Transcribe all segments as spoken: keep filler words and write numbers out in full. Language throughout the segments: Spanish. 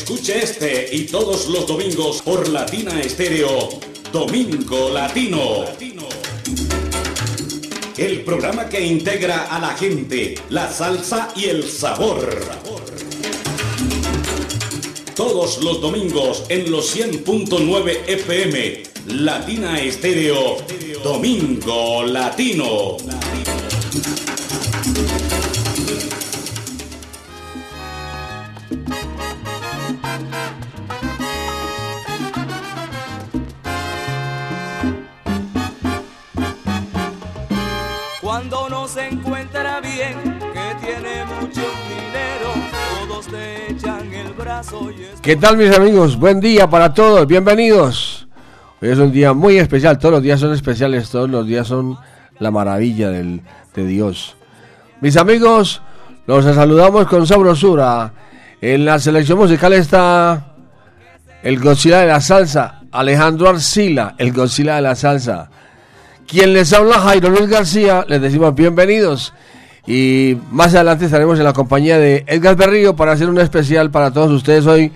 Escuche este y todos los domingos por Latina Estéreo, Domingo Latino. El programa que integra a la gente, la salsa y el sabor. Todos los domingos en los cien punto nueve F M, Latina Estéreo, Domingo Latino. Cuando no se encuentra bien, que tiene mucho dinero, todos te echan el brazo y es... ¿Qué tal, mis amigos? Buen día para todos, bienvenidos. Hoy es un día muy especial, todos los días son especiales, todos los días son la maravilla del, de Dios. Mis amigos, los saludamos con sabrosura. En la selección musical está el Godzilla de la salsa, Alejandro Arcila, el Godzilla de la salsa. Quien les habla, Jairo Luis García, les decimos bienvenidos. Y más adelante estaremos en la compañía de Edgar Berrío para hacer un especial para todos ustedes hoy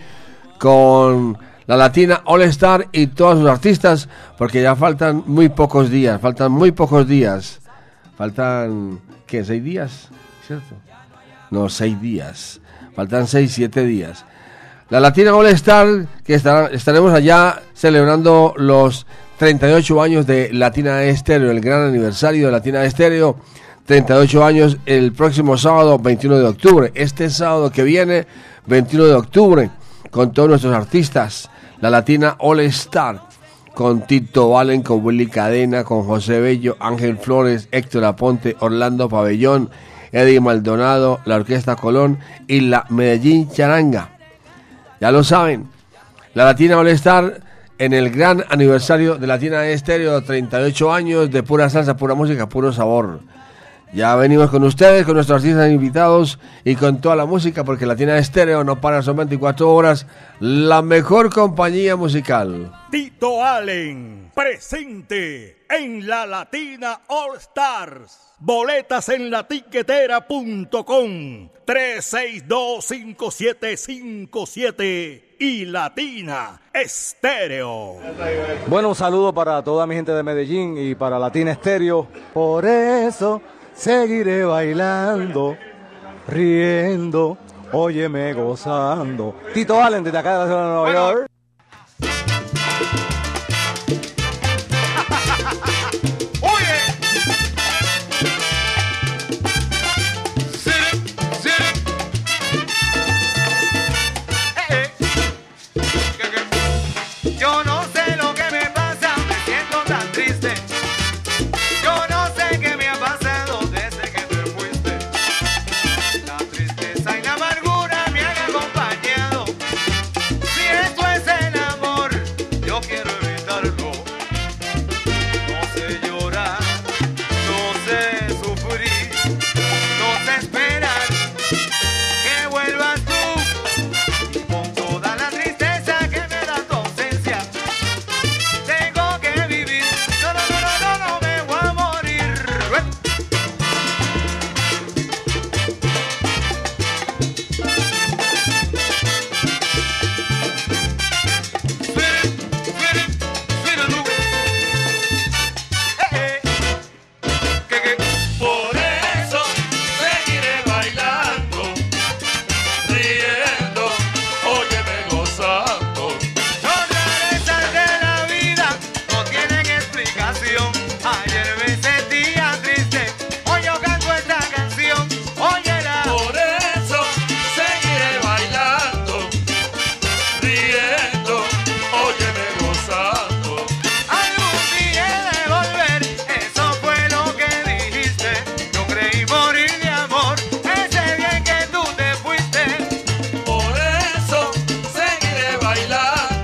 con la Latina All Star y todos sus artistas, porque ya faltan muy pocos días, faltan muy pocos días. Faltan, ¿qué? ¿Seis días? ¿Cierto? No, seis días. Faltan seis, siete días. La Latina All Star, que estará, estaremos allá celebrando los treinta y ocho años de Latina Estéreo, el gran aniversario de Latina Estéreo, treinta y ocho años el próximo sábado veintiuno de octubre, este sábado que viene, veintiuno de octubre, con todos nuestros artistas, la Latina All Star, con Tito Valen, con Willy Cadena, con José Bello, Ángel Flores, Héctor Aponte, Orlando Pabellón, Eddie Maldonado, la Orquesta Colón y la Medellín Charanga. Ya lo saben, la Latina All Star en el gran aniversario de Latina Estéreo, treinta y ocho años de pura salsa, pura música, puro sabor. Ya venimos con ustedes, con nuestros artistas invitados y con toda la música, porque Latina Estéreo no para, son veinticuatro horas, la mejor compañía musical. Tito Allen, presente en la Latina All Stars. Boletas en la tiquetera punto com, tres seis dos, cinco siete cinco siete y Latina Estéreo. Bueno, un saludo para toda mi gente de Medellín y para Latina Estéreo. Por eso seguiré bailando, riendo, óyeme gozando. Tito Allen desde acá de la ciudad de Nueva bueno. York.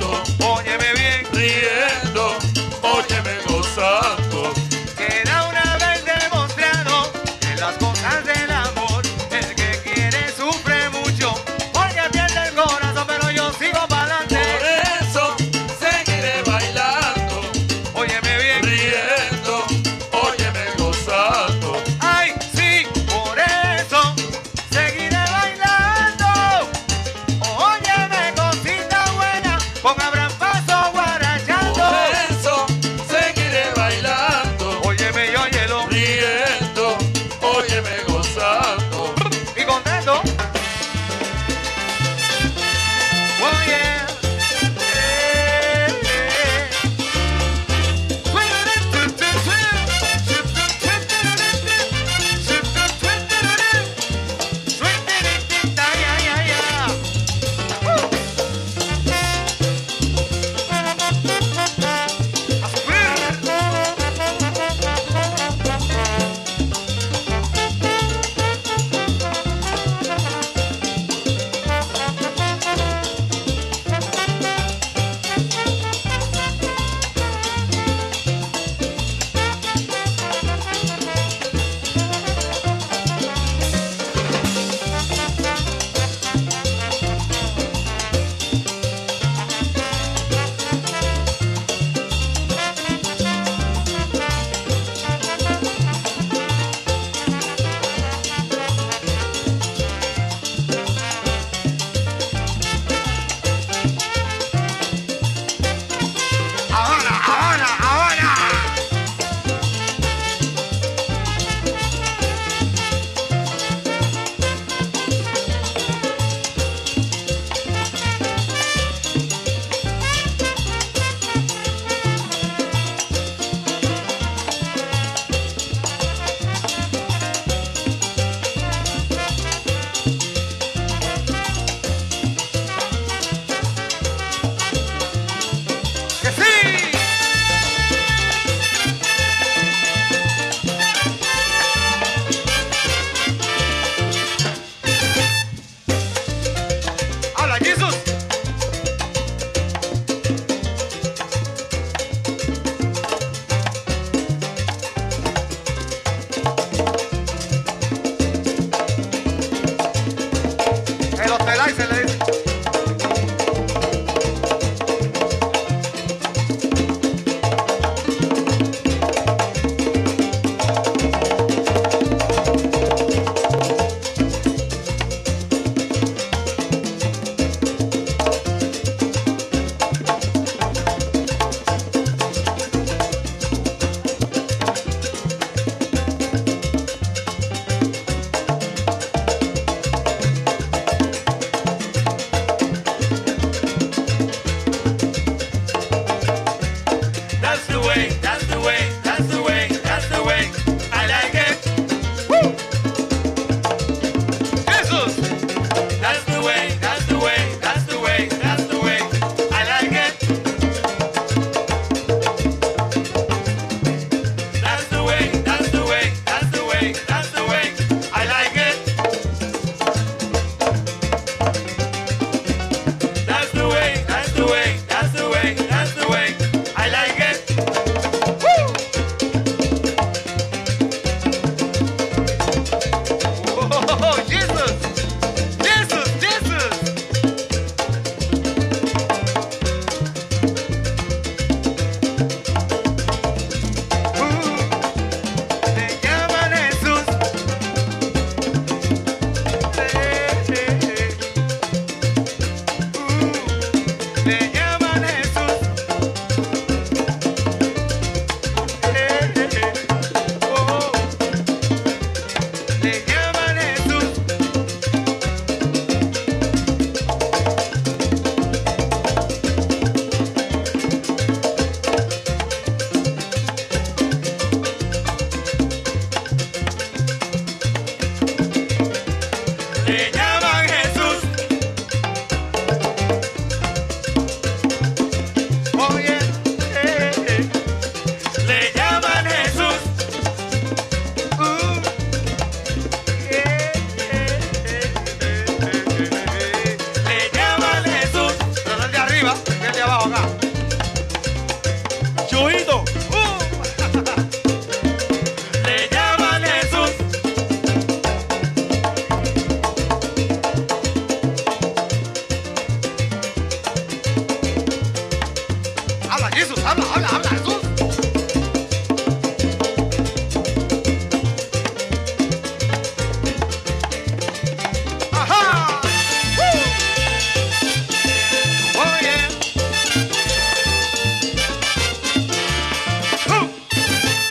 Riendo, óyeme gozando. Queda una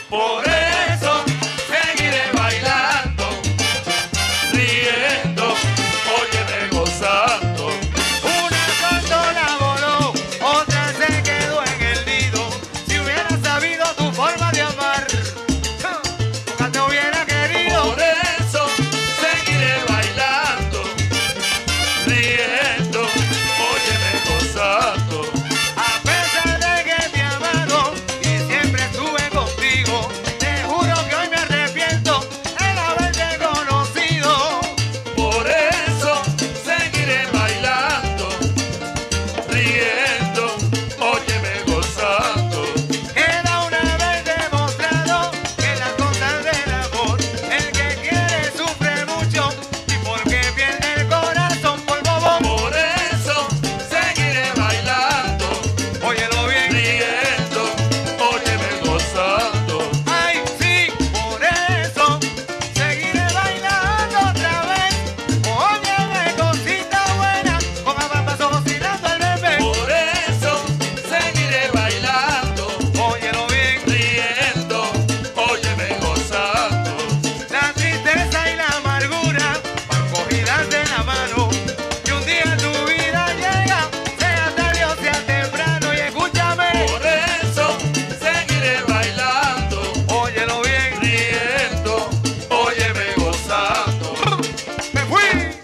Por eso seguiré bailando, riendo, óyeme gozando. Una cantora voló, otra se quedó en el nido. Si hubiera sabido tu forma de amar, nunca te hubiera querido. Por eso seguiré bailando, riendo, óyeme gozando. A pesar de que te he amado y siempre estuve contigo, te juro que hoy me arrepiento el haberte conocido. Por eso seguiré bailando, riendo, óyeme gozando. Queda una vez demostrado que las cosas del amor, el que quiere sufre mucho y porque pierde el corazón por bobo. Por eso seguiré bailando, óyelo bien, riendo, óyeme gozando. Ay, sí, por eso seguiré bailando otra vez. Óyeme cosita buena, con ambas ojos tirando al bebé. Por eso seguiré bailando, óyelo bien, riendo, óyeme gozando. La tristeza y la amargura van cogidas de la mano, y un día tu vida llega, sea tarde o sea temprano, y escúchame. Por eso seguiré bailando, óyelo bien, riendo, óyeme gozando. ¡Me fui!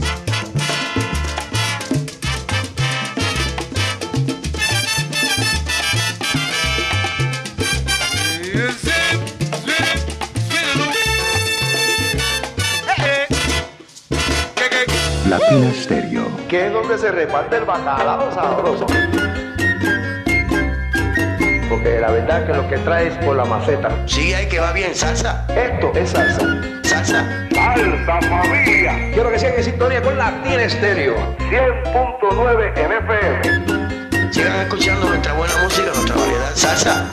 Latina Stereo. Que es donde se reparte el bacalao sabroso. Porque la verdad que lo que trae es por la maceta. Sí, hay que va bien, salsa. Esto es salsa. Salsa. ¡Salsa familia! Quiero que sigan en sintonía con Latina Stereo. cien punto nueve en F M. Sigan escuchando nuestra buena música, nuestra variedad. Salsa.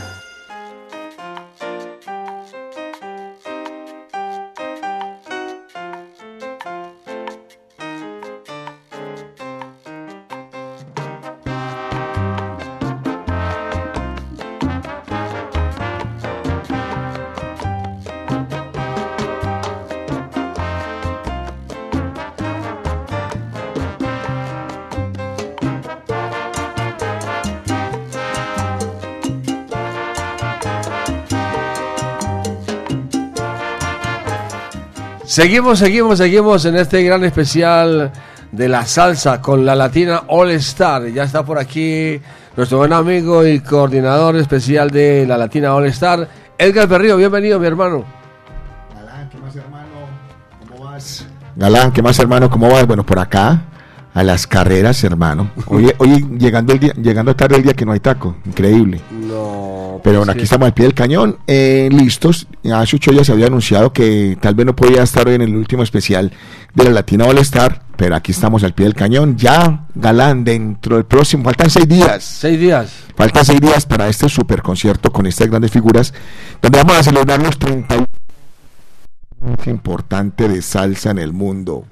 Seguimos, seguimos, seguimos en este gran especial de la salsa con la Latina All Star. Ya está por aquí nuestro buen amigo y coordinador especial de la Latina All Star, Edgar Berrío. Bienvenido, mi hermano. Galán, ¿qué más, hermano? ¿Cómo vas? Galán, ¿qué más, hermano? ¿Cómo vas? Bueno, por acá, a las carreras, hermano. Hoy, hoy llegando el día, llegando tarde el día que no hay taco. Increíble. No. Pero bueno, aquí estamos al pie del cañón, eh, listos. Ya Chucho ya se había anunciado que tal vez no podía estar hoy en el último especial de la Latina All Star, pero aquí estamos al pie del cañón. Ya, Galán, dentro del próximo, faltan seis días. Seis días. Faltan seis días para este super concierto con estas grandes figuras, donde vamos a celebrar los treinta y uno importante de salsa en el mundo.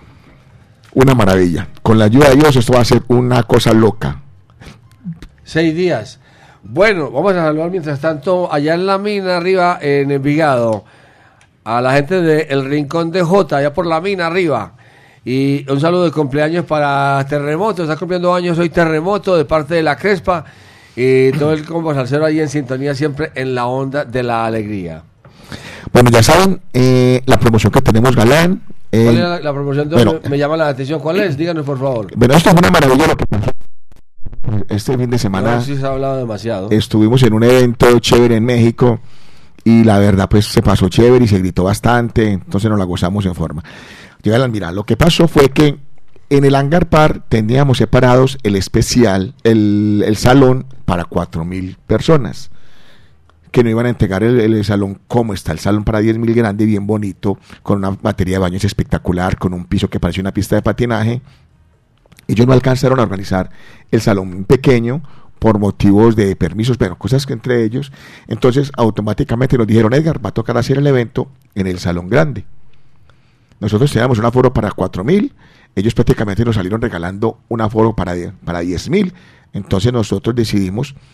Una maravilla. Con la ayuda de Dios esto va a ser una cosa loca. Seis días. Bueno, vamos a saludar mientras tanto allá en la mina arriba en Envigado a la gente de El Rincón de Jota, allá por la mina arriba. Y un saludo de cumpleaños para Terremoto, está cumpliendo años hoy Terremoto de parte de la Crespa y todo el combo salsero ahí en sintonía siempre en la onda de la alegría. Bueno, ya saben, eh, la promoción que tenemos, Galán. Eh, ¿Cuál es la, la promoción de hoy? Bueno, me, me llama la atención. ¿Cuál es? Díganos, por favor. Bueno, esto es una maravilla lo que pasó. Este fin de semana no, sí se ha hablado demasiado. Estuvimos en un evento chévere en México y la verdad pues se pasó chévere y se gritó bastante, entonces nos la gozamos en forma. Galán, mira, lo que pasó fue que en el Hangar Park teníamos separados el especial, el, el salón para cuatro mil personas, que no iban a entregar el, el salón como está el salón para diez mil grande, bien bonito, con una batería de baños espectacular, con un piso que parecía una pista de patinaje. Ellos no alcanzaron a organizar el salón pequeño por motivos de permisos, pero cosas que entre ellos. Entonces automáticamente nos dijeron, Edgar, va a tocar hacer el evento en el salón grande. Nosotros teníamos un aforo para cuatro mil, ellos prácticamente nos salieron regalando un aforo para, para diez mil. Entonces nosotros decidimos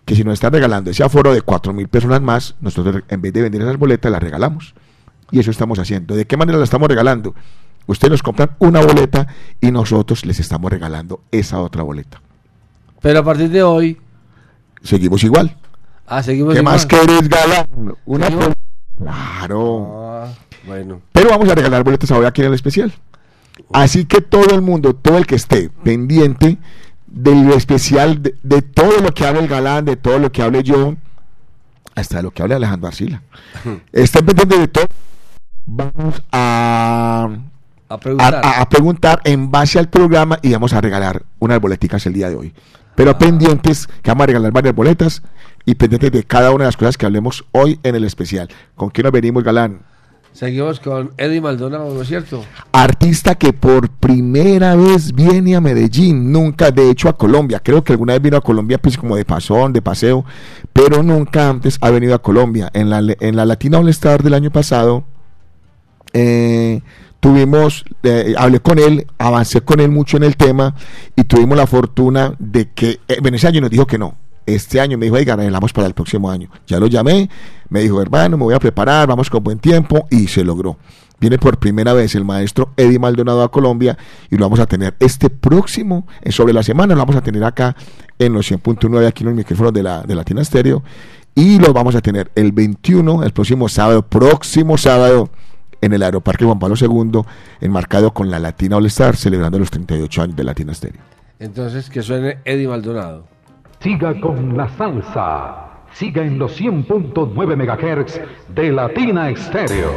que si nos están regalando ese aforo de cuatro mil personas más, nosotros en vez de vender esas boletas las regalamos. Y eso estamos haciendo. ¿De qué manera la estamos regalando? Ustedes nos compran una boleta y nosotros les estamos regalando esa otra boleta. Pero a partir de hoy... Seguimos igual. Ah, seguimos ¿Qué igual. más querés, galán? Una ¿Seguimos? bol- Claro. Ah, bueno. Pero vamos a regalar boletas ahora aquí en el especial. Así que todo el mundo, todo el que esté pendiente del especial, de, de todo lo que hable el galán, de todo lo que hable yo, hasta de lo que hable Alejandro Arcila. Estén pendientes de todo. Vamos a, A preguntar. a, a- a preguntar en base al programa y vamos a regalar unas boleticas el día de hoy. Pero Ah. pendientes, que vamos a regalar varias boletas y pendientes de cada una de las cosas que hablemos hoy en el especial. ¿Con quién nos venimos, galán? Seguimos con Eddie Maldonado, ¿no es cierto? Artista que por primera vez viene a Medellín, nunca, de hecho, a Colombia. Creo que alguna vez vino a Colombia pues como de pasón, de paseo, pero nunca antes ha venido a Colombia. En la, en la Latina All Star del año pasado, eh, tuvimos, eh, hablé con él, avancé con él mucho en el tema y tuvimos la fortuna de que, eh, en ese año nos dijo que no. Este año me dijo, oiga, arreglamos para el próximo año. Ya lo llamé, me dijo, hermano, me voy a preparar, vamos con buen tiempo, y se logró. Viene por primera vez el maestro Eddie Maldonado a Colombia y lo vamos a tener este próximo, eh, sobre la semana, lo vamos a tener acá en los cien punto nueve, aquí en los micrófonos de la de Latina Stereo, y lo vamos a tener el veintiuno, el próximo sábado, próximo sábado, en el Aeroparque Juan Pablo segundo, enmarcado con la Latina All Star, celebrando los treinta y ocho años de Latina Stereo. Entonces, que suene Eddie Maldonado. Siga con la salsa. Siga en los cien punto nueve megahertz de Latina Estéreo.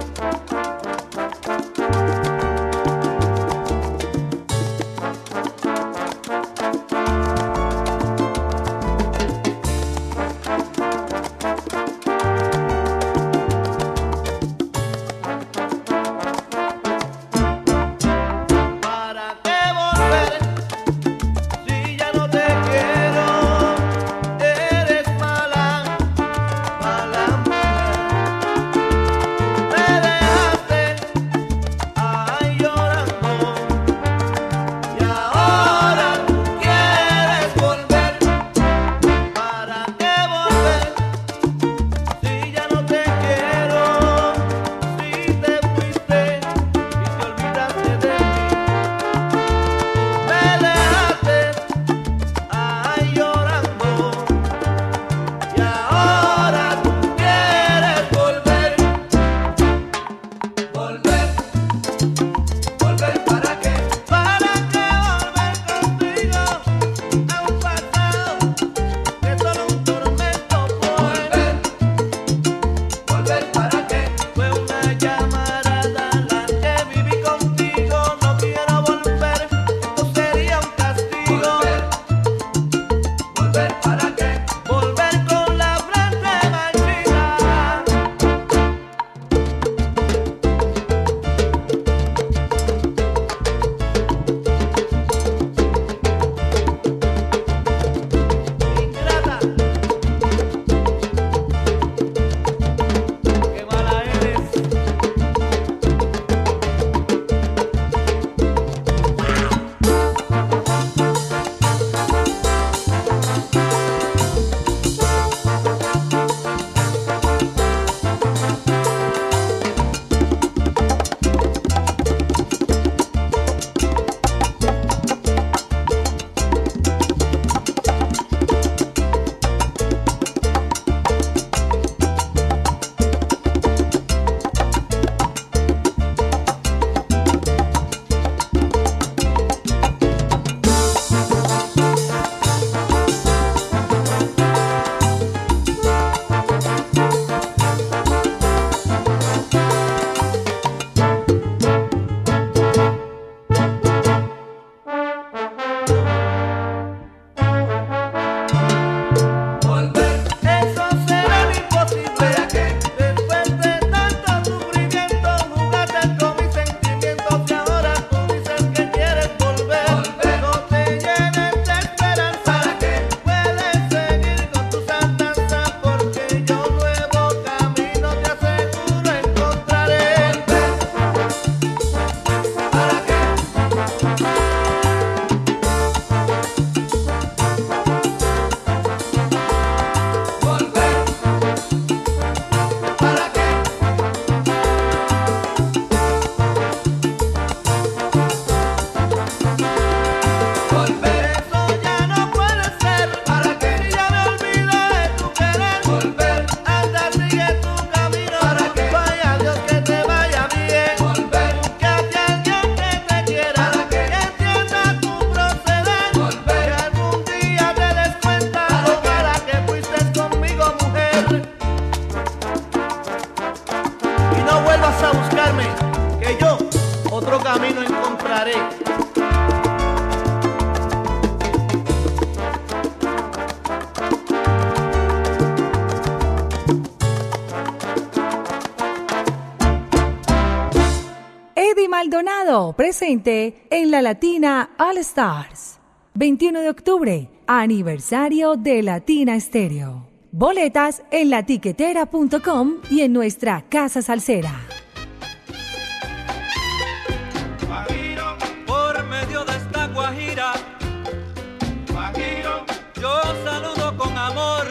¿Para qué volver si ya no te quiero? Eres mala, mala mujer. Me dejaste ahí llorando y ahora tú quieres volver. ¿Para qué volver si ya no te quiero? Si te fuiste y te olvidaste de mí. Me dejaste ahí llorando y ahora tú quieres volver. Volver, volver ¿para qué? ¿Para qué volver contigo a un pasado que es solo un tormento? Volver, volver ¿para qué? Fue una llamarada la que viví contigo. No quiero volver, esto sería un castigo. Volver, volver ¿para qué? Volver con la frente marchita. Ingrata, que no vuelvas a buscarme, que yo otro camino encontraré. Eddie Maldonado, presente en la Latina All Stars. veintiuno de octubre, aniversario de Latina Estéreo. Boletas en la tiquetera punto com y en nuestra Casa Salsera. Guajiro, por medio de esta guajira, Guajiro, yo saludo con amor,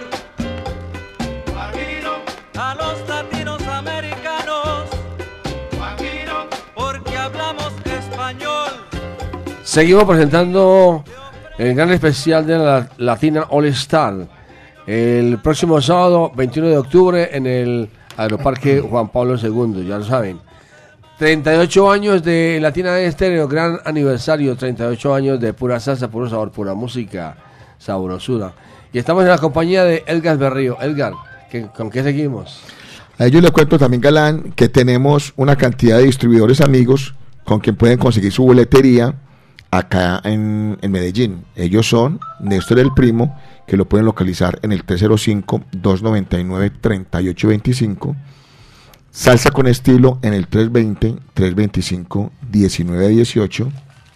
Guajiro, a los latinos americanos, Guajiro, porque hablamos español. Seguimos presentando el gran especial de la Latina All Star el próximo sábado veintiuno de octubre en el Aeroparque Juan Pablo segundo, ya lo saben. treinta y ocho años de Latina Estéreo, gran aniversario, treinta y ocho años de pura salsa, puro sabor, pura música, sabrosura. Y estamos en la compañía de Edgar Berrío. Edgar, ¿qué, ¿con qué seguimos? A ellos les cuento también, Galán, que tenemos una cantidad de distribuidores amigos con quien pueden conseguir su boletería acá en, en Medellín. Ellos son Néstor el Primo, que lo pueden localizar en el tres cero cinco, dos nueve nueve, tres ocho dos cinco, Salsa con Estilo en el tres veinte, tres veinticinco, diecinueve dieciocho,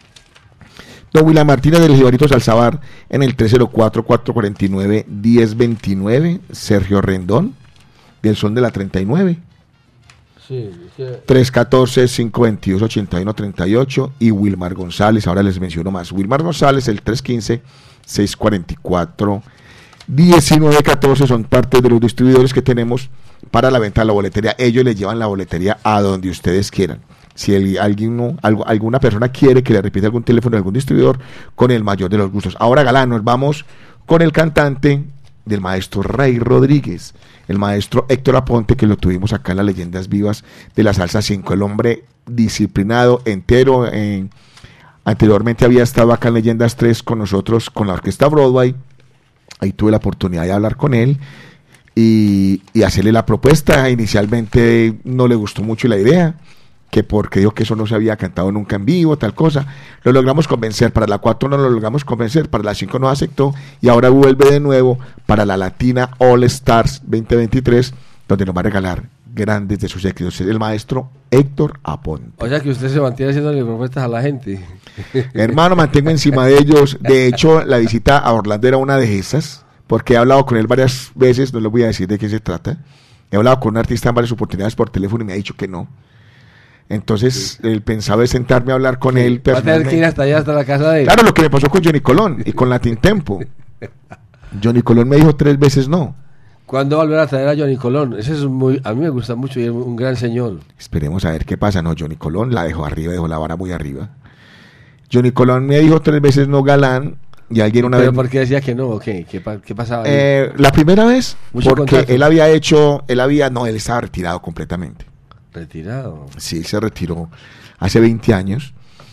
Don William Martínez del Jibarito Salsabar en el tres cero cuatro, cuatro cuatro nueve, diez veintinueve, Sergio Rendón del Son de la treinta y nueve, sí, sí. tres uno cuatro, cinco veintidós, ochenta y uno treinta y ocho, y Wilmar González, ahora les menciono más, Wilmar González el tres quince, seis cuarenta y cuatro, diecinueve catorce, son parte de los distribuidores que tenemos para la venta de la boletería. Ellos les llevan la boletería a donde ustedes quieran. Si el, alguien no, algo, alguna persona quiere que le repita algún teléfono de algún distribuidor, con el mayor de los gustos. Ahora, Galán, nos vamos con el cantante del maestro Ray Rodríguez, el maestro Héctor Aponte, que lo tuvimos acá en las Leyendas Vivas de la Salsa cinco, el hombre disciplinado, entero. En, anteriormente había estado acá en Leyendas tres con nosotros, con la orquesta Broadway. Ahí tuve la oportunidad de hablar con él y, y hacerle la propuesta. Inicialmente no le gustó mucho la idea, que porque dijo que eso no se había cantado nunca en vivo, tal cosa. Lo logramos convencer, para la cuatro no lo logramos convencer, para la cinco nos aceptó y ahora vuelve de nuevo para la Latina All Stars veinte veintitrés, donde nos va a regalar grandes de sus éxitos. Es el maestro Héctor Aponte. O sea que usted se mantiene haciéndole propuestas a la gente. Hermano, mantengo encima de ellos. De hecho, la visita a Orlando era una de esas, porque he hablado con él varias veces, no les voy a decir de qué se trata. He hablado con un artista en varias oportunidades por teléfono y me ha dicho que no. Entonces, sí. Él pensaba de sentarme a hablar con sí. él. Va a tener que ir hasta allá, hasta la casa de él. Claro, lo que me pasó con Johnny Colón y con Latin Tempo. Johnny Colón me dijo tres veces no. ¿Cuándo va a volver a traer a Johnny Colón? Ese es muy, a mí me gusta mucho y es un gran señor. Esperemos a ver qué pasa. No, Johnny Colón la dejó arriba, dejó la vara muy arriba. Johnny Colón me dijo tres veces no, Galán, y alguien una ¿Pero vez... por qué decía que no? ¿Qué, ¿Qué, qué pasaba ahí? Eh, la primera vez, Mucho porque contacto. él había hecho, él había, no, él estaba retirado completamente. ¿Retirado? Sí, se retiró hace veinte años.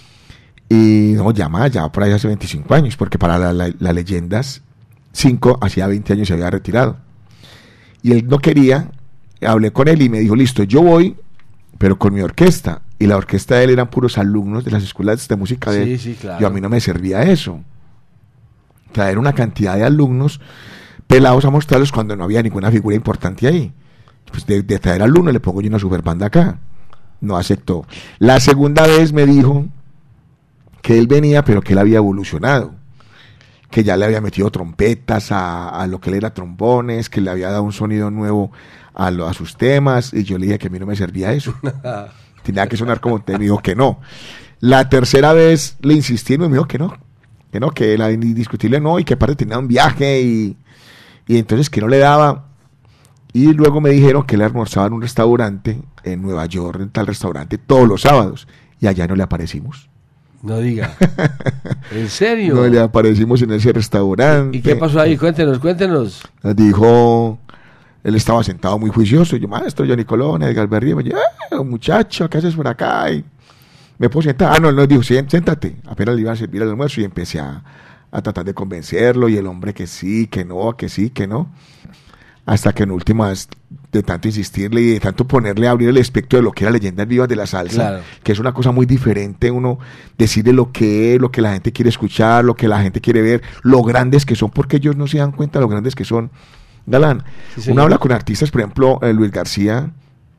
Y no, ya más, ya por ahí hace veinticinco años, porque para las la, la Leyendas cinco, hacía veinte años se había retirado. Y él no quería, hablé con él y me dijo, listo, yo voy, pero con mi orquesta. Y la orquesta de él eran puros alumnos de las escuelas de música de sí, él. Sí, claro. Yo a mí no me servía eso. Traer una cantidad de alumnos pelados a mostrarlos cuando no había ninguna figura importante ahí. Pues de, de traer alumnos le pongo yo una superbanda acá. No aceptó. La segunda vez me dijo que él venía, pero que él había evolucionado, que ya le había metido trompetas a, a lo que él era trombones, que le había dado un sonido nuevo a, lo, a sus temas, y yo le dije que a mí no me servía eso. Tenía que sonar como te, me dijo que no. La tercera vez le insistí y me dijo que no, que no, que era indiscutible no, y que aparte tenía un viaje y, y entonces que no le daba. Y luego me dijeron que él almorzaba en un restaurante en Nueva York, en tal restaurante, todos los sábados, y allá no le aparecimos. No diga. ¿En serio? No le aparecimos en ese restaurante. ¿Y qué pasó ahí? Cuéntenos, cuéntenos. Nos dijo, él estaba sentado muy juicioso, y yo, maestro Johnny Colón, Edgar Berrío, me dijo, eh, muchacho, ¿qué haces por acá? Y me puedo sentar. Ah, no, él nos dijo, siéntate. Apenas le iba a servir el almuerzo y empecé a, a tratar de convencerlo, y el hombre que sí, que no, que sí, que no. hasta que en últimas, de tanto insistirle y de tanto ponerle a abrir el espectro de lo que era Leyendas Vivas de la salsa, Claro. que es una cosa muy diferente, uno decirle lo que es, lo que la gente quiere escuchar, lo que la gente quiere ver, lo grandes que son, porque ellos no se dan cuenta de lo grandes que son. Galán, Sí, señor. uno habla con artistas, por ejemplo, eh, Luis García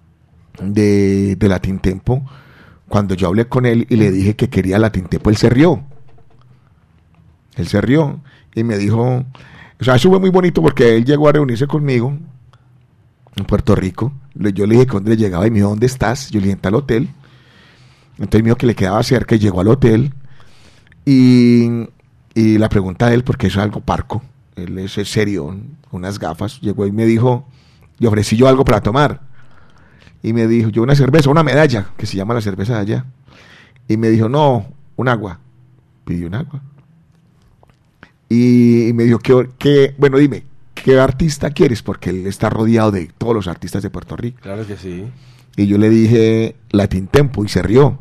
de, de Latin Tempo. Cuando yo hablé con él y le dije que quería Latin Tempo, él se rió. Él se rió y me dijo, o sea, eso fue muy bonito porque él llegó a reunirse conmigo en Puerto Rico. Le- Yo le dije que dónde le llegaba y me dijo, ¿dónde estás? Yo le dije, en tal hotel. Entonces me dijo que le quedaba cerca y llegó al hotel. Y, y la pregunta de él, porque eso es algo parco, él es serio, unas gafas, llegó y me dijo, le ofrecí yo algo para tomar. Y me dijo, yo una cerveza, una medalla, que se llama la cerveza de allá. Y me dijo, no, un agua. Pidió un agua. Y, y me dijo, ¿qué, qué, bueno, dime, ¿qué artista quieres? Porque él está rodeado de todos los artistas de Puerto Rico. Claro que sí. Y yo le dije, Latin Tempo, y se rió.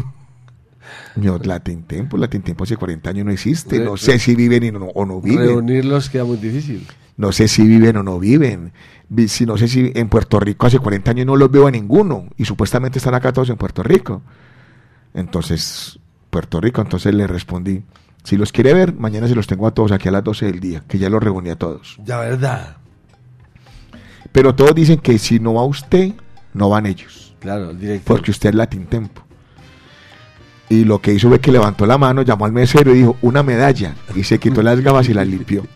Yo, Latin Tempo, Latin Tempo hace cuarenta años no existe. No sé si viven y no, o no viven. Reunirlos queda muy difícil. No sé si viven o no viven. Vi- Si no sé si en Puerto Rico hace cuarenta años no los veo a ninguno. Y supuestamente están acá todos en Puerto Rico. Entonces, Puerto Rico, entonces le respondí, si los quiere ver, mañana se los tengo a todos aquí a las doce del día, que ya los reuní a todos. Ya, verdad. Pero todos dicen que si no va usted, no van ellos. Claro, el director. Porque usted es Latin Tempo. Y lo que hizo fue que levantó la mano, llamó al mesero y dijo, una medalla. Y se quitó las gafas y las limpió.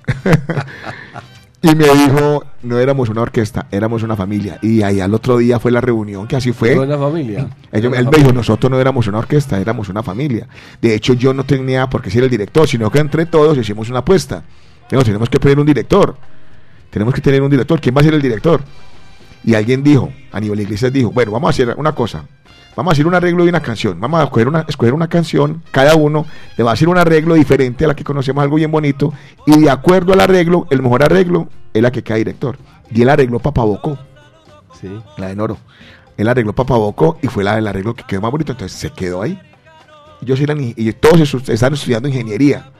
Y me dijo, no éramos una orquesta, éramos una familia. Y ahí al otro día fue la reunión, que así fue. Fue una familia. Ellos, Una él me familia. dijo, nosotros no éramos una orquesta, éramos una familia. De hecho, yo no tenía por qué ser el director, sino que entre todos hicimos una apuesta. Digo, tenemos que poner un director. Tenemos que tener un director. ¿Quién va a ser el director? Y alguien dijo, Aníbal Iglesias dijo, bueno, vamos a hacer una cosa. Vamos a hacer un arreglo de una canción. Vamos a escoger una, escoger una canción. Cada uno le va a hacer un arreglo diferente a la que conocemos, algo bien bonito. Y de acuerdo al arreglo, el mejor arreglo es la que queda director. Y él arregló Papabocó, Sí. la de Noro. Él arregló Papabocó y fue la del arreglo que quedó más bonito. Entonces se quedó ahí. Yo soy la, ni- y todos esos están estudiando ingeniería.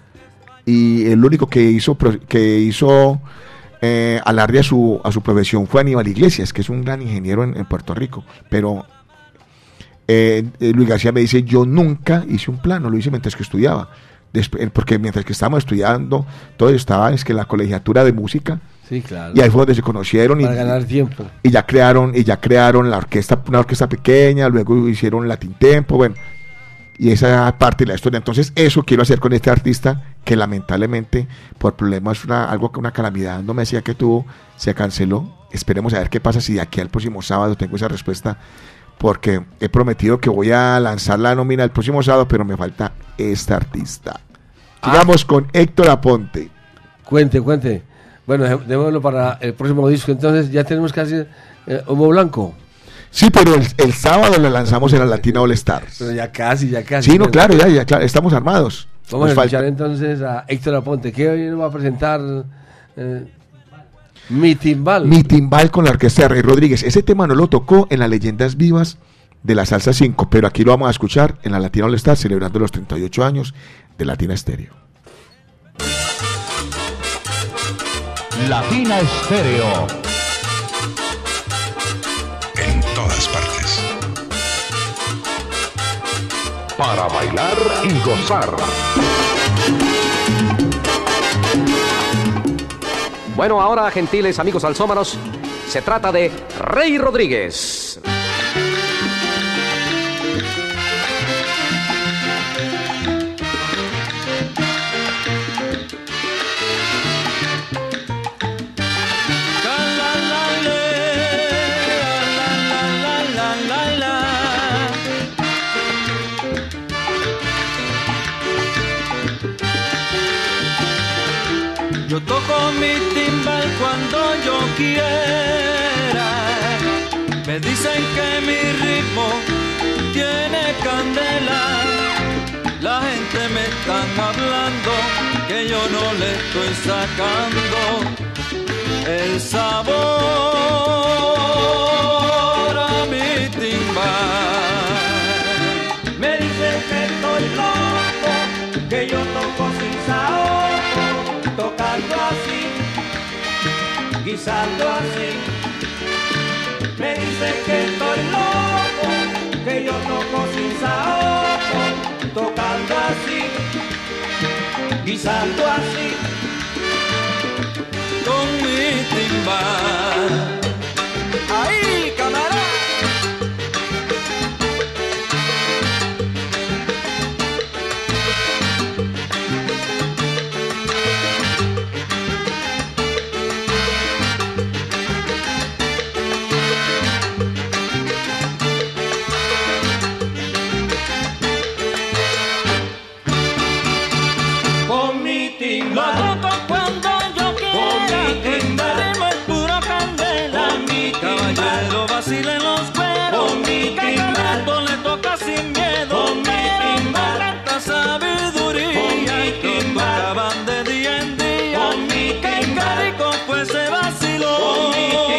Y el único que hizo, pro- que hizo eh, alarde a su, a su profesión fue Aníbal Iglesias, que es un gran ingeniero en, en Puerto Rico. Pero eh, eh, Luis García me dice, yo nunca hice un plano, lo hice mientras que estudiaba. Desp- eh, porque mientras que estábamos estudiando, todo estaba es que la colegiatura de música. Sí, claro. Y ahí fue donde se conocieron y, Para ganar tiempo. y ya crearon y ya crearon la orquesta, una orquesta pequeña, luego hicieron Latin Tempo, bueno, y esa parte de la historia. Entonces eso quiero hacer con este artista que lamentablemente por problemas, una, algo que una calamidad no me decía que tuvo, se canceló. Esperemos a ver qué pasa si de aquí al próximo sábado tengo esa respuesta, porque he prometido que voy a lanzar la nómina el próximo sábado, pero me falta este artista. Sigamos con Héctor Aponte. Cuente, cuente. Bueno, dej- démoslo para el próximo disco. Entonces ya tenemos casi eh, Humo Blanco. Sí, pero el, el sábado le lanzamos en la Latina All Stars. Pero ya casi, ya casi. Sí, no, claro, ya, ya, claro, estamos armados. Vamos Nos a escuchar falta- entonces a Héctor Aponte, que hoy nos va a presentar eh, Mi Timbal. Mi timbal con la orquesta de Rey Rodríguez. Ese tema no lo tocó en las Leyendas Vivas de la Salsa cinco, pero aquí lo vamos a escuchar en la Latina All Stars, celebrando los treinta y ocho años de Latina Estéreo. Latina Estéreo. En todas partes. Para bailar y gozar. Bueno, ahora, gentiles amigos alzómanos, se trata de Rey Rodríguez. Yo toco mi timbal cuando yo quiera. Me dicen que mi ritmo tiene candela. La gente me están hablando que yo no le estoy sacando el sabor a mi timbal. Me dicen que estoy loco, que yo toco sin saoco, tocando así, guisando así. Me dice que estoy loco, que yo toco sin saoco, tocando así, guisando así, con mi timbal. ¡Ahí, camarada! Vacilen los cueros, que al rato le toca sin miedo, pero tanta sabiduría que tocaban de día en día, que carico pues se vaciló.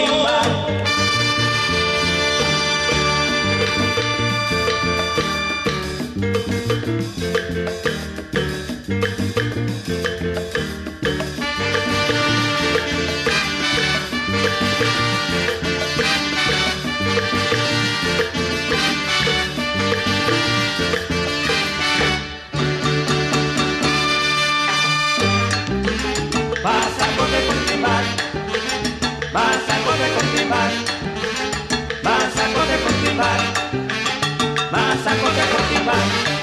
Masaco de cultivar.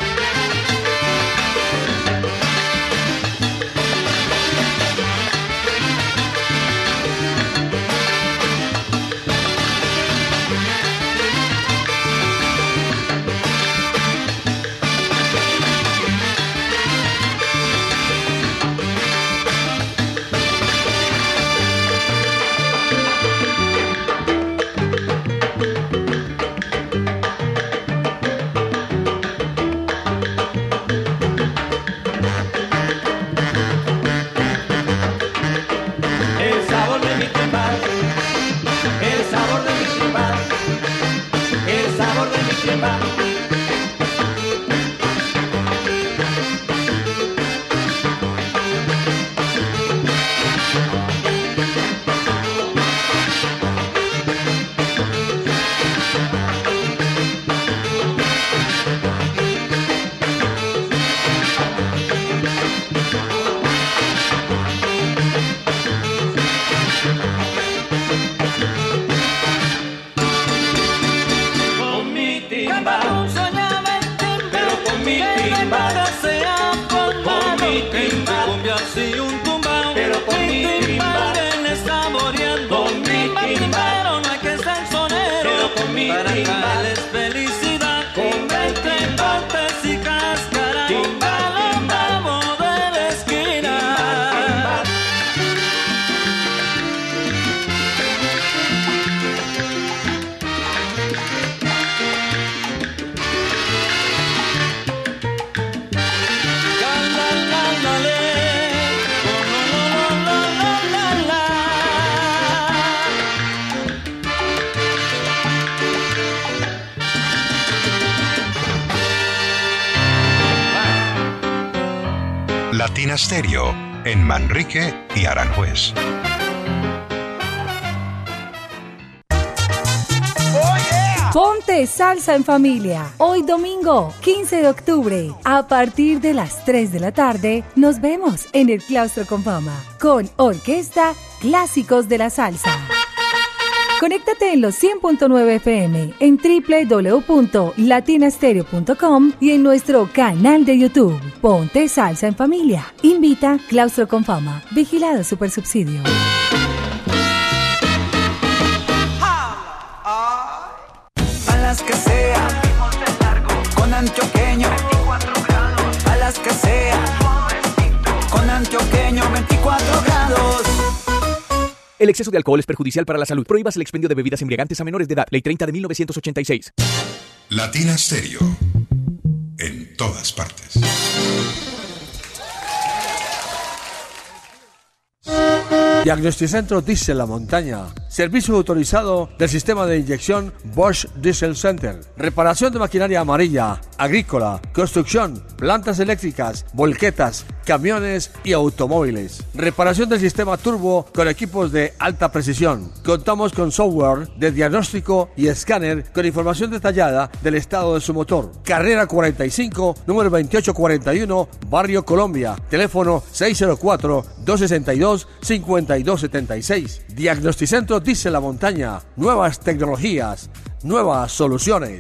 Latina Stereo en Manrique y Aranjuez. Ponte salsa en familia. Hoy domingo, quince de octubre, a partir de las tres de la tarde, nos vemos en el Claustro con Fama con Orquesta Clásicos de la Salsa. Conéctate en los cien punto nueve F M, en doble u doble u doble u punto latina stereo punto com y en nuestro canal de YouTube. Ponte salsa en familia. Invita Claustro con Fama. Vigilado Supersubsidio. A las que sea, con antioqueño, a las que sea, con antioqueño, veinticuatro grados. El exceso de alcohol es perjudicial para la salud. Prohíbas el expendio de bebidas embriagantes a menores de edad. Ley treinta de mil novecientos ochenta y seis. Latina Stereo. En todas partes. Thank you. Diagnosticentro Diesel La Montaña. Servicio autorizado del sistema de inyección Bosch Diesel Center. Reparación de maquinaria amarilla, agrícola, construcción, plantas eléctricas, volquetas, camiones y automóviles. Reparación del sistema turbo con equipos de alta precisión. Contamos con software de diagnóstico y escáner con información detallada del estado de su motor. Carrera cuarenta y cinco, número veintiocho cuarenta y uno, Barrio Colombia. Teléfono seis cero cuatro, dos seis dos, cinco dos siete seis. Diagnosticentro Dice La Montaña. Nuevas tecnologías, nuevas soluciones.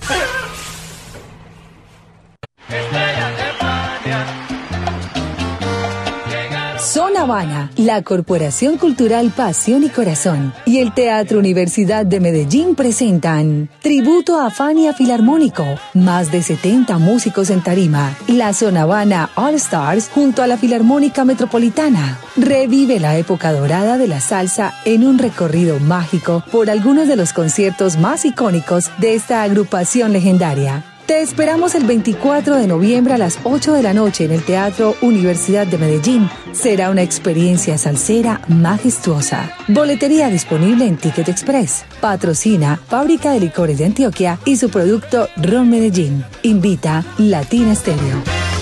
Son Habana, la Corporación Cultural Pasión y Corazón y el Teatro Universidad de Medellín presentan Tributo a Fania Filarmónico. Más de setenta músicos en tarima. La Son Habana All Stars junto a la Filarmónica Metropolitana. Revive la época dorada de la salsa en un recorrido mágico por algunos de los conciertos más icónicos de esta agrupación legendaria. Te esperamos el veinticuatro de noviembre a las ocho de la noche en el Teatro Universidad de Medellín. Será una experiencia salsera majestuosa. Boletería disponible en Ticket Express. Patrocina Fábrica de Licores de Antioquia y su producto Ron Medellín. Invita Latina Stereo.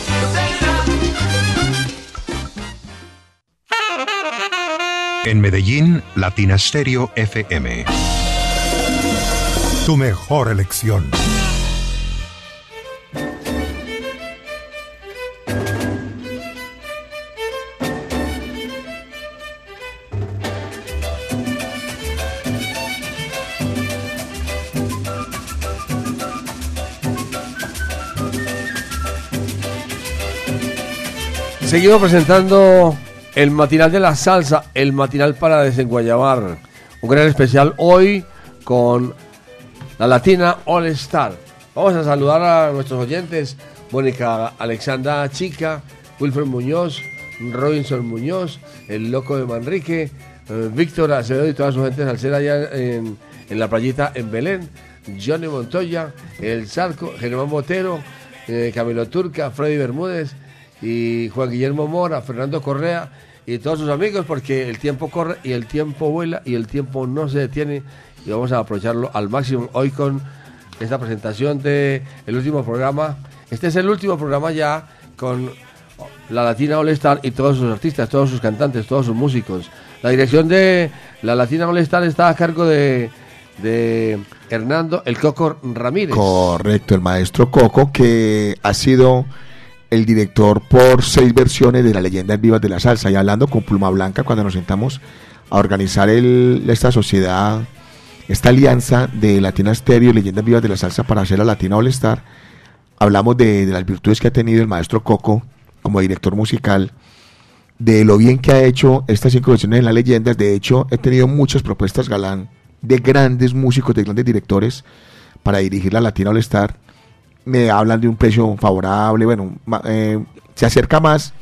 En Medellín, Latina Stereo F M. Tu mejor elección. Seguimos presentando el matinal de la salsa, el matinal para desenguayabar. Un gran especial hoy con la Latina All Star. Vamos a saludar a nuestros oyentes: Mónica Alexandra Chica, Wilfred Muñoz, Robinson Muñoz, el Loco de Manrique, eh, Víctor Acevedo y toda su gente salsera allá en, en la playita en Belén, Johnny Montoya, El Zarco, Germán Botero, eh, Camilo Turca, Freddy Bermúdez y Juan Guillermo Mora, Fernando Correa y todos sus amigos, porque el tiempo corre y el tiempo vuela y el tiempo no se detiene y vamos a aprovecharlo al máximo hoy con esta presentación de el último programa. Este es el último programa ya con la Latina All Star y todos sus artistas, todos sus cantantes, todos sus músicos. La dirección de la Latina All Star está a cargo de, de Hernando El Coco Ramírez. Correcto, el maestro Coco, que ha sido el director por seis versiones de las leyendas vivas de la salsa. Y hablando con Pluma Blanca, cuando nos sentamos a organizar el, esta sociedad, esta alianza de Latina Stereo y Leyendas Vivas de la Salsa para hacer la Latina All Star, hablamos de, de las virtudes que ha tenido el maestro Coco como director musical, de lo bien que ha hecho estas cinco versiones en las leyendas. De hecho, he tenido muchas propuestas, Galán, de grandes músicos, de grandes directores para dirigir la Latina All Star. Me hablan de un precio favorable, bueno, eh, se acerca más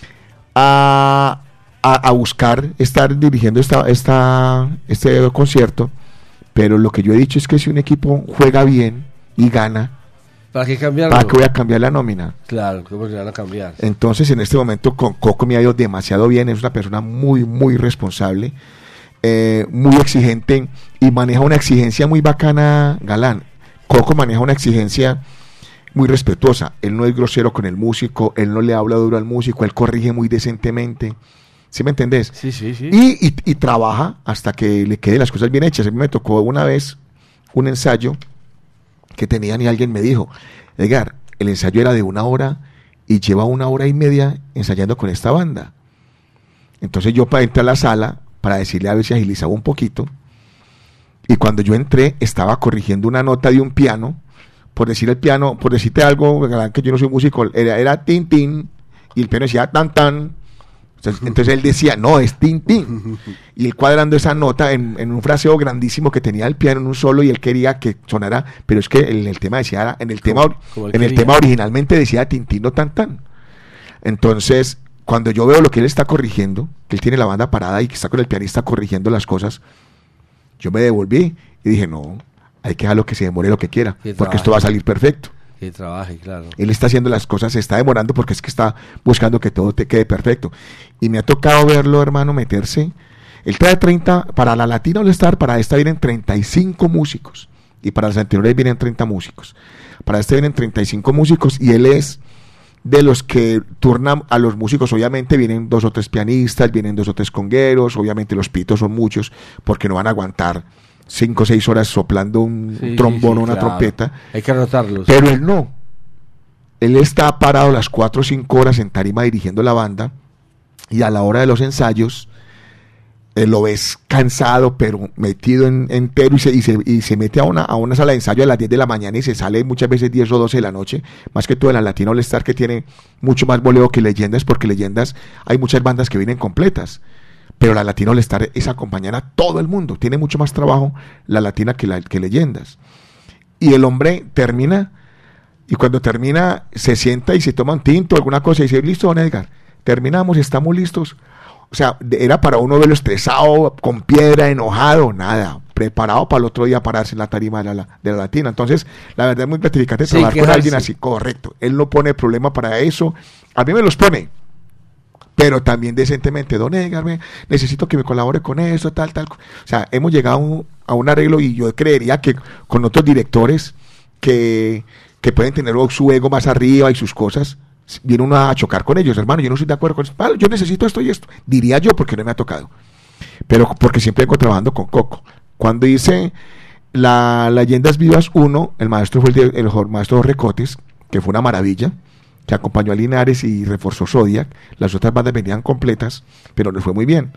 a, a, a buscar estar dirigiendo esta, esta, este concierto, pero lo que yo he dicho es que si un equipo juega bien y gana, ¿para qué cambiarlo? ¿Para qué voy a cambiar la nómina? Claro, ¿cómo se van a cambiar? Entonces, en este momento con Coco me ha ido demasiado bien, es una persona muy, muy responsable, eh, muy exigente y maneja una exigencia muy bacana, Galán. Coco maneja una exigencia muy respetuosa, él no es grosero con el músico, él no le habla duro al músico, él corrige muy decentemente, ¿sí me entendés? Sí, sí, sí. Y, y, y trabaja hasta que le queden las cosas bien hechas. A mí me tocó una vez un ensayo que tenían y alguien me dijo: Edgar, el ensayo era de una hora y lleva una hora y media ensayando con esta banda. Entonces yo entré a la sala para decirle a ver si agilizaba un poquito, y cuando yo entré estaba corrigiendo una nota de un piano. Por decir el piano, por decirte algo, que yo no soy músico, era, era tin tin, y el piano decía tan tan. Entonces, entonces él decía, no, es tin tin. Y él cuadrando esa nota en, en un fraseo grandísimo que tenía el piano en un solo, y él quería que sonara, pero es que en el tema decía, en el tema, como, en el tema originalmente decía tin tin, no tan tan. Entonces, cuando yo veo lo que él está corrigiendo, que él tiene la banda parada y que está con el pianista corrigiendo las cosas, yo me devolví y dije, no, hay que dejarlo que se demore lo que quiera, que porque trabaje, esto va a salir perfecto. Que trabaje, claro. Él está haciendo las cosas, se está demorando porque es que está buscando que todo te quede perfecto. Y me ha tocado verlo, hermano, meterse Él trae treinta, para la Latina All Star, para esta vienen treinta y cinco músicos, y para las anteriores vienen treinta músicos. Para este vienen treinta y cinco músicos, y él es de los que turnan a los músicos. Obviamente vienen dos o tres pianistas, vienen dos o tres congueros, obviamente los pitos son muchos, porque no van a aguantar cinco o seis horas soplando un Sí, trombón sí, o una claro. trompeta. Hay que rotarlos. Pero él no. Él está parado las cuatro o cinco horas en tarima dirigiendo la banda, y a la hora de los ensayos eh, lo ves cansado, pero metido en, entero, y se, y, se, y se mete a una, a una sala de ensayo a las diez de la mañana y se sale muchas veces diez o doce de la noche, más que todo en la Latina All Star, que tiene mucho más boleo que Leyendas, porque Leyendas hay muchas bandas que vienen completas, pero la Latina All Star es acompañar a todo el mundo, tiene mucho más trabajo la Latina que, la, que Leyendas. Y el hombre termina, y cuando termina se sienta y se toma un tinto, alguna cosa, y dice: listo, don Edgar, terminamos, estamos listos. O sea, era para uno verlo estresado, con piedra, enojado, nada, preparado para el otro día pararse en la tarima de la, de la Latina. Entonces, la verdad es muy gratificante Sí, trabajar con quejarse. alguien así, correcto. Él no pone problema para eso, a mí me los pone, pero también decentemente: don Edgar, me- necesito que me colabore con eso, tal, tal. O sea, hemos llegado a un, a un arreglo, y yo creería que con otros directores que, que pueden tener su ego más arriba y sus cosas, viene uno a chocar con ellos. Hermano, yo no estoy de acuerdo con eso. Vale, yo necesito esto y esto. Diría yo, porque no me ha tocado. Pero porque siempre vengo trabajando con Coco. Cuando hice la Leyendas Vivas uno, el maestro fue el, de- el jo- maestro Jorge Cotes, que fue una maravilla, que acompañó a Linares y reforzó Zodiac. Las otras bandas venían completas, pero les fue muy bien.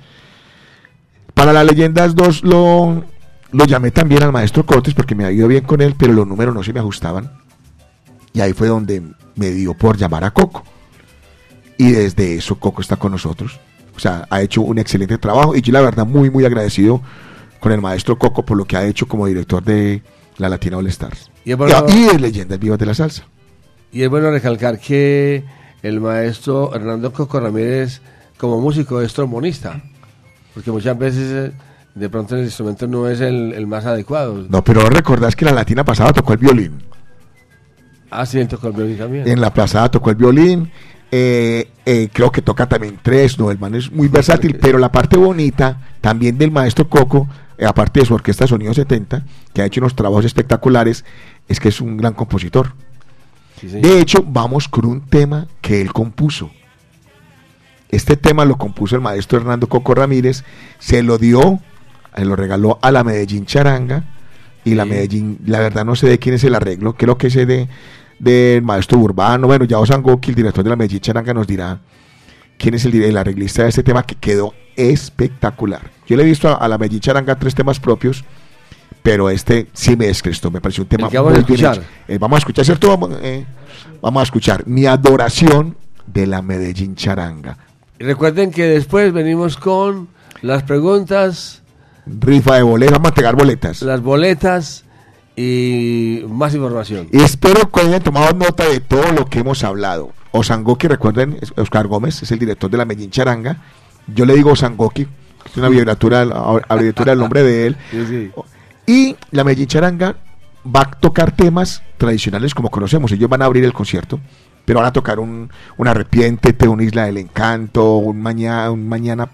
Para la Leyendas dos lo, lo llamé también al maestro Cotes, porque me había ido bien con él, pero los números no se me ajustaban. Y ahí fue donde me dio por llamar a Coco. Y desde eso Coco está con nosotros. O sea, ha hecho un excelente trabajo. Y yo la verdad muy, muy agradecido con el maestro Coco por lo que ha hecho como director de la Latina All Stars. Y es bueno- y de Leyendas Vivas de la Salsa. Y es bueno recalcar que el maestro Hernando Coco Ramírez, como músico, es trombonista, porque muchas veces eh, de pronto el instrumento no es el, el más adecuado. No, pero recordás que la Latina pasada tocó el violín. Ah, sí, él tocó el violín también. En la pasada tocó el violín. Eh, eh, creo que toca también tres. No, el man es muy versátil. Pero la parte bonita también del maestro Coco, eh, aparte de su orquesta Sonido setenta, que ha hecho unos trabajos espectaculares, es que es un gran compositor. Sí, señor. De hecho, vamos con un tema que él compuso. Este tema lo compuso el maestro Hernando Coco Ramírez, se lo dio, se lo regaló a la Medellín Charanga, y la Medellín, la verdad no sé de quién es el arreglo, creo que es de del maestro Urbano. Bueno, ya Osangoki, el director de la Medellín Charanga, nos dirá quién es el, el arreglista de este tema, que quedó espectacular. Yo le he visto a, a la Medellín Charanga tres temas propios, pero este sí me descrestó, me pareció un tema El que vamos a muy bien escuchar. hecho. Eh, vamos a escuchar, ¿cierto? Vamos, eh, vamos a escuchar Mi Adoración de la Medellín Charanga. Y recuerden que después venimos con las preguntas, Rifa de boletas, vamos a entregar boletas. las boletas y más información. Y espero que hayan tomado nota de todo lo que hemos hablado. Osangoki, recuerden, es- Oscar Gómez es el director de la Medellín Charanga. Yo le digo Osangoki, es una abreviatura, abreviatura del nombre de él. Sí, sí. Y la Medellín Charanga va a tocar temas tradicionales como conocemos. Ellos van a abrir el concierto, pero van a tocar un, un Arrepiéntete, un Isla del Encanto, un Mañana, un Mañana,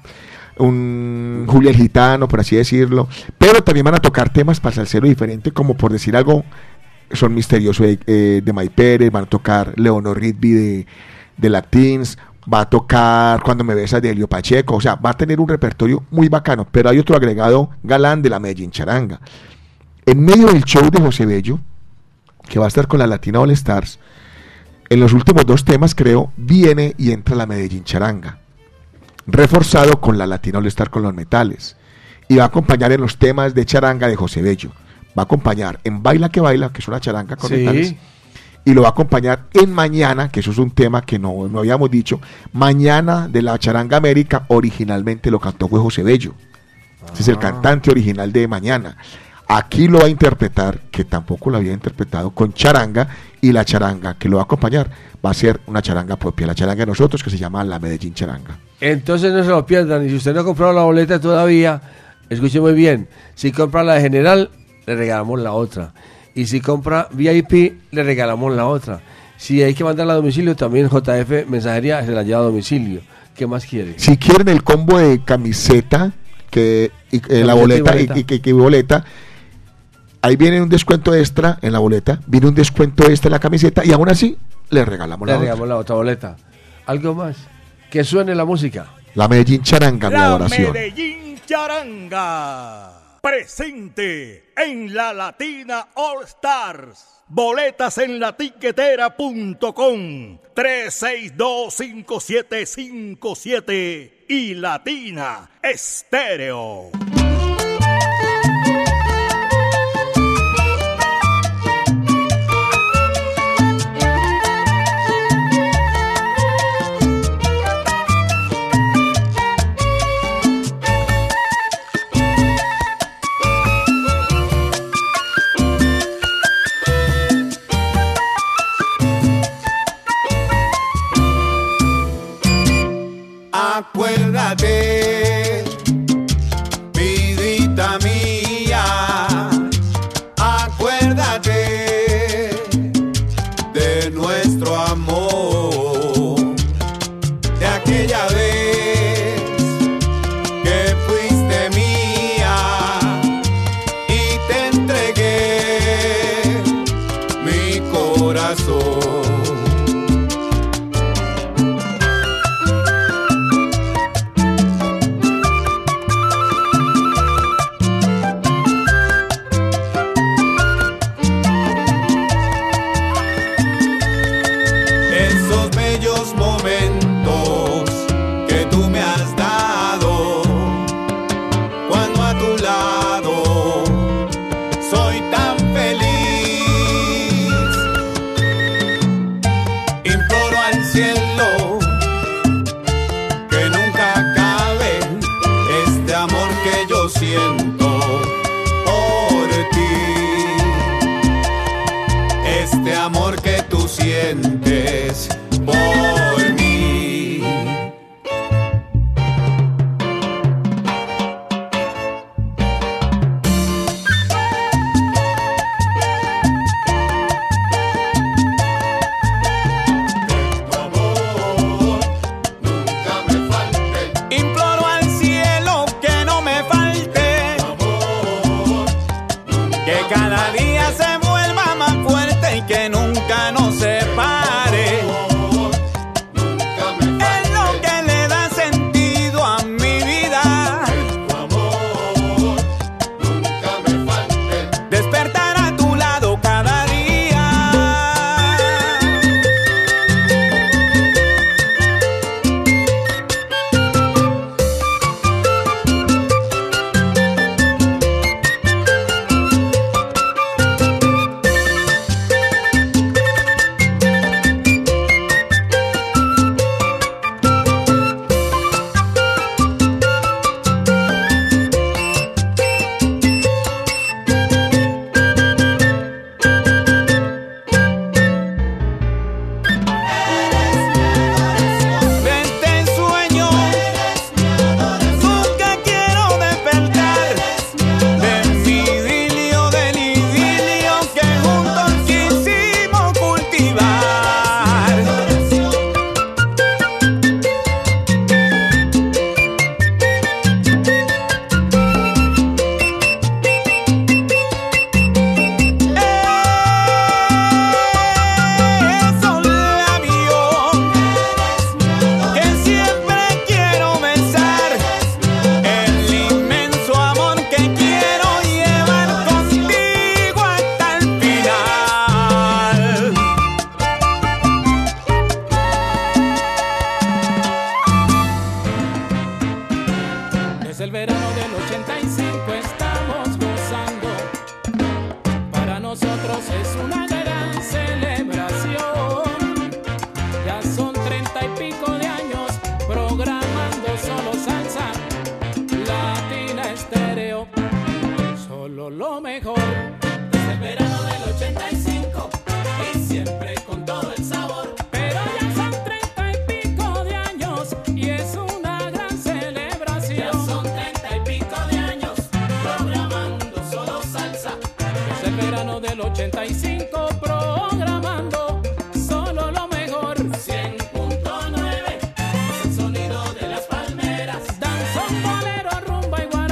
un Julia el Gitano, por así decirlo. Pero también van a tocar temas para salsero diferente, como por decir algo, Son Misterioso de, eh, de May Pérez, van a tocar Leonor Rigby de, de Latins, va a tocar Cuando me besas de Helio Pacheco. O sea, va a tener un repertorio muy bacano. Pero hay otro agregado galán de la Medellín Charanga. En medio del show de José Bello, que va a estar con la Latina All Stars, en los últimos dos temas, creo, viene y entra la Medellín Charanga, reforzado con la Latina All Star con los metales, y va a acompañar en los temas de charanga de José Bello. Va a acompañar en Baila que Baila, que es una charanga con Sí. metales, y lo va a acompañar en Mañana, que eso es un tema que no, no habíamos dicho. Mañana de la Charanga América, originalmente lo cantó fue José Bello. Ese es el cantante original de Mañana. Aquí lo va a interpretar, que tampoco lo había interpretado, con charanga, y la charanga que lo va a acompañar va a ser una charanga propia, la charanga de nosotros, que se llama la Medellín Charanga. Entonces no se lo pierdan. Y si usted no ha comprado la boleta todavía, escuche muy bien. Si compra la de general, le regalamos la otra. Y si compra V I P, le regalamos la otra. Si hay que mandarla a domicilio, también J F Mensajería se la lleva a domicilio. ¿Qué más quiere? Si quieren el combo de camiseta, que y, en la boleta y, y, y, y boleta, ahí viene un descuento extra en la boleta, viene un descuento extra en la camiseta y aún así le regalamos le la regalamos otra. la otra boleta. ¿Algo más? Que suene la música. La Medellín Charanga, mi La adoración. Medellín Charanga, presente en la Latina All Stars. Boletas en la tiquetera punto com, tres seis dos cinco siete cinco siete y Latina Estéreo. Acuérdate, vidita mía, acuérdate de nuestro amor, de aquella vez que fuiste mía y te entregué mi corazón. Siento por ti, este amor que tú sientes por mí. Tu amor nunca me falte. Imploro al cielo que no me falte. Que cada día se vuelva más fuerte y que nunca nos separe. Es lo que le da sentido a mi vida. Tu amor nunca me falte. Despertar a tu lado cada día. Sonido de las palmeras, danzón, bolero, rumba y guaracha.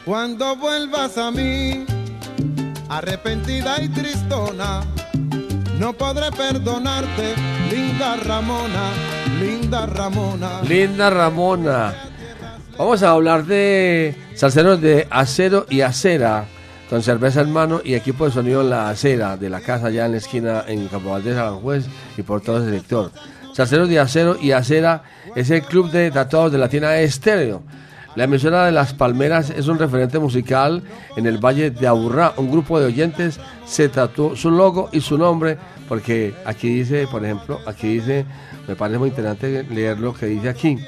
Cuando vuelvas a mí, arrepentida y tristona, no podré perdonarte, linda Ramona, linda Ramona. Linda Ramona. Vamos a hablar de salseros de Acero y Acera, con cerveza en mano y equipo de sonido La Acera, de la casa allá en la esquina en Campo Valdés, Aranjuez y por todo ese sector. Salseros de Acero y Acera es el club de tatuados de Latina Estéreo. La emisora de Las Palmeras es un referente musical en el Valle de Aburrá. Un grupo de oyentes se tatuó su logo y su nombre, porque aquí dice, por ejemplo, aquí dice, me parece muy interesante leer lo que dice aquí,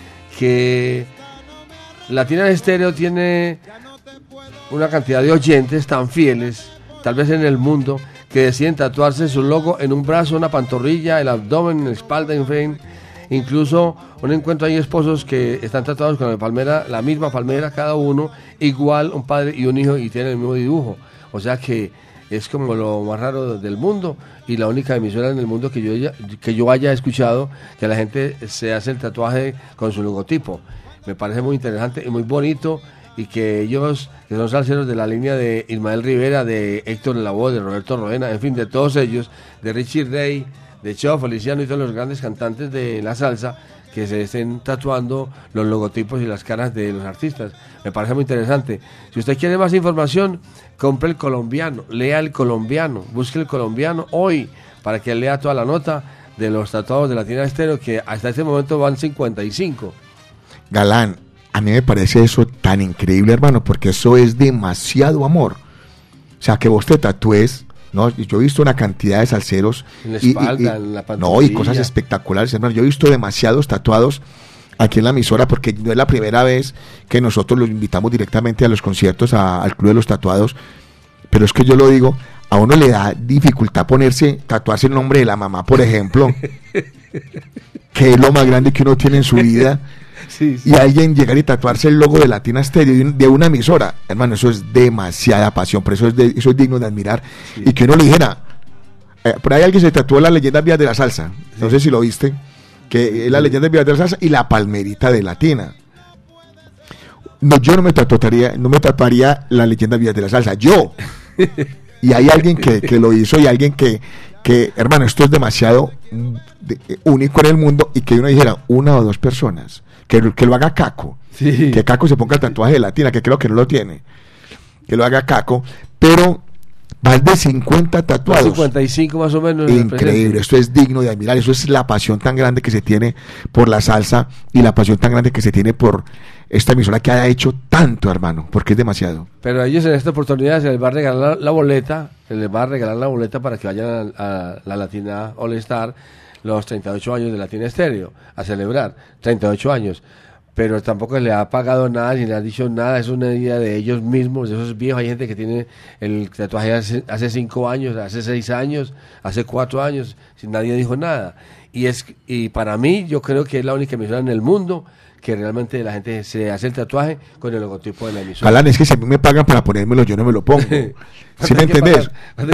que Latina Estéreo tiene una cantidad de oyentes tan fieles, tal vez en el mundo, que deciden tatuarse su logo en un brazo, una pantorrilla, el abdomen, la espalda, en fin. Incluso un encuentro hay esposos que están tatuados con la palmera, la misma palmera cada uno, igual un padre y un hijo, y tienen el mismo dibujo. O sea que es como lo más raro del mundo y la única emisora en el mundo que yo, haya, que yo haya escuchado que la gente se hace el tatuaje con su logotipo. Me parece muy interesante y muy bonito, y que ellos, que son salseros de la línea de Ismael Rivera, de Héctor Lavoe, de Roberto Roena, en fin, de todos ellos, de Richie Ray, de Cheo Feliciano y todos los grandes cantantes de la salsa, que se estén tatuando los logotipos y las caras de los artistas. Me parece muy interesante. Si usted quiere más información, compre el colombiano, lea el colombiano, busque el colombiano hoy para que lea toda la nota de los tatuados de Latina Estéreo, que hasta este momento van cincuenta y cinco. Galán, a mí me parece eso tan increíble, hermano, porque eso es demasiado amor. O sea, que vos te tatúes, ¿no? Yo he visto una cantidad de salseros en la y, espalda, y, y, en la no, y cosas espectaculares, hermano. Yo he visto demasiados tatuados aquí en la emisora, porque no es la primera vez que nosotros los invitamos directamente a los conciertos, a, al Club de los Tatuados, pero es que yo lo digo, a uno le da dificultad ponerse, tatuarse el nombre de la mamá, por ejemplo, que es lo más grande que uno tiene en su vida. Sí, sí. Y alguien llegar y tatuarse el logo de Latina Estéreo de una emisora, hermano, eso es demasiada pasión, por eso es, de, eso es digno de admirar. Sí. Y que uno le dijera, eh, por ahí alguien se tatuó la leyenda Vías de la Salsa, sí. No sé si lo viste, que es la leyenda Vías de la Salsa y la palmerita de Latina. No, yo no me tatuaría, no me tatuaría la leyenda Vías de la Salsa, yo. Y hay alguien que, que lo hizo, y alguien que, que, hermano, esto es demasiado de, único en el mundo, y que uno dijera, una o dos personas. Que, que lo haga Caco, sí. Que Caco se ponga el tatuaje de Latina, que creo que no lo tiene, que lo haga Caco, pero más de cincuenta tatuados, cincuenta y cinco más o menos. Increíble, esto es digno de admirar, eso es la pasión tan grande que se tiene por la salsa y la pasión tan grande que se tiene por esta emisora que ha hecho tanto, hermano, porque es demasiado. Pero a ellos en esta oportunidad se les va a regalar la, la boleta, se les va a regalar la boleta para que vayan a, a la Latina All Star, los treinta y ocho años de Latina Estéreo, a celebrar treinta y ocho años, pero tampoco le ha pagado nada, ni le ha dicho nada, es una idea de ellos mismos, de esos viejos. Hay gente que tiene el tatuaje hace, hace cinco años, hace seis años, hace cuatro años, sin nadie dijo nada, y es y para mí, yo creo que es la única emisora en el mundo que realmente la gente se hace el tatuaje con el logotipo de la emisora. Galán, es que si a mí me pagan para ponérmelo, yo no me lo pongo. ¿Sí me entendés?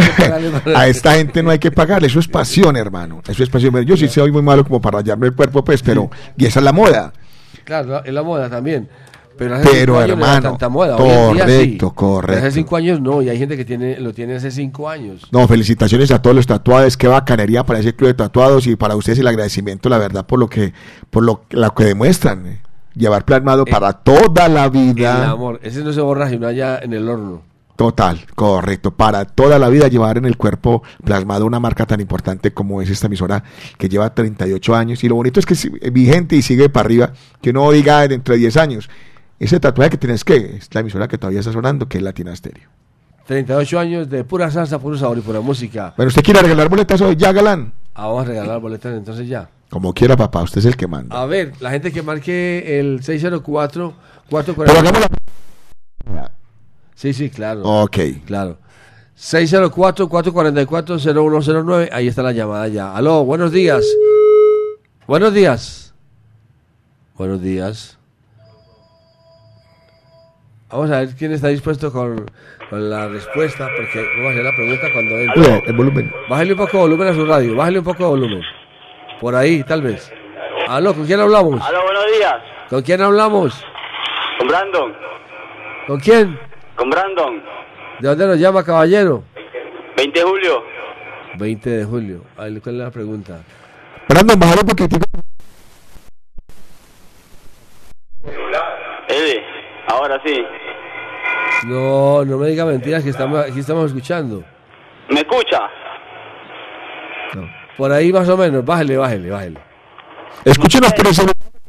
A esta gente no hay que pagarle, eso es pasión, hermano. Eso es pasión. Yo sí soy muy malo como para rayarme el cuerpo, pues, pero, y esa es la moda. Claro, es la moda también. Pero, hace pero hermano, no tanta moda. Correcto, sí, correcto. Hace cinco años no, y hay gente que tiene lo tiene hace cinco años. No, felicitaciones a todos los tatuados, qué bacanería para ese club de tatuados, y para ustedes el agradecimiento, la verdad, por lo que por lo, lo que demuestran. Eh. Llevar plasmado eh, para toda la vida. El amor, ese no se borra sino allá en el horno. Total, correcto, para toda la vida llevar en el cuerpo plasmado una marca tan importante como es esta emisora, que lleva treinta y ocho años, y lo bonito es que es vigente y sigue para arriba, que uno diga dentro de diez años, ese tatuaje que tienes, que es la emisora que todavía está sonando, que es Latina Estéreo. treinta y ocho años de pura salsa, puro sabor y pura música. Bueno, ¿usted quiere regalar boletas hoy ya, Galán? Ah, vamos a regalar boletas entonces ya. Como quiera, papá, usted es el que manda. A ver, la gente que marque el seis cero cuatro, cuatro cuatro cuatro. Pero hagamos la... Sí, sí, claro. Ok. Claro. seis cero cuatro, cuatro cuatro cuatro, cero uno cero nueve, ahí está la llamada ya. Aló, buenos días. Buenos días. Buenos días. Vamos a ver quién está dispuesto con, con la respuesta, porque vamos a hacer la pregunta cuando él... Oye, el volumen. Bájale un poco de volumen a su radio, bájale un poco de volumen. Por ahí, tal vez. Aló, ¿con quién hablamos? Aló, buenos días. ¿Con quién hablamos? Con Brandon. ¿Con quién? Con Brandon. ¿De dónde nos llama, caballero? veinte de julio. veinte de julio. Ahí, ¿cuál es la pregunta? Brandon, bájale un poquitico. Eddie, ahora sí. No, no me diga mentiras que estamos, aquí estamos escuchando. ¿Me escucha? Por ahí más o menos, bájale, bájale, bájale. Escúchenos por eso.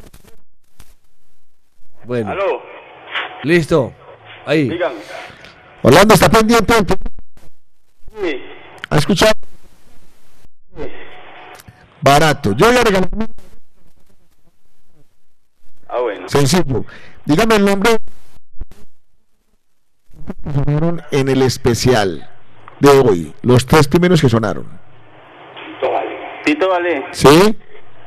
Bueno. ¿Aló? Listo. Ahí. Dígame. Orlando, ¿está pendiente? Sí. ¿Ha escuchado? Barato. Yo voy a regalar. Ah, bueno. Sencillo. Dígame el nombre. Sonaron en el especial de hoy. Los tres primeros que sonaron. Tito Vale. ¿Sí?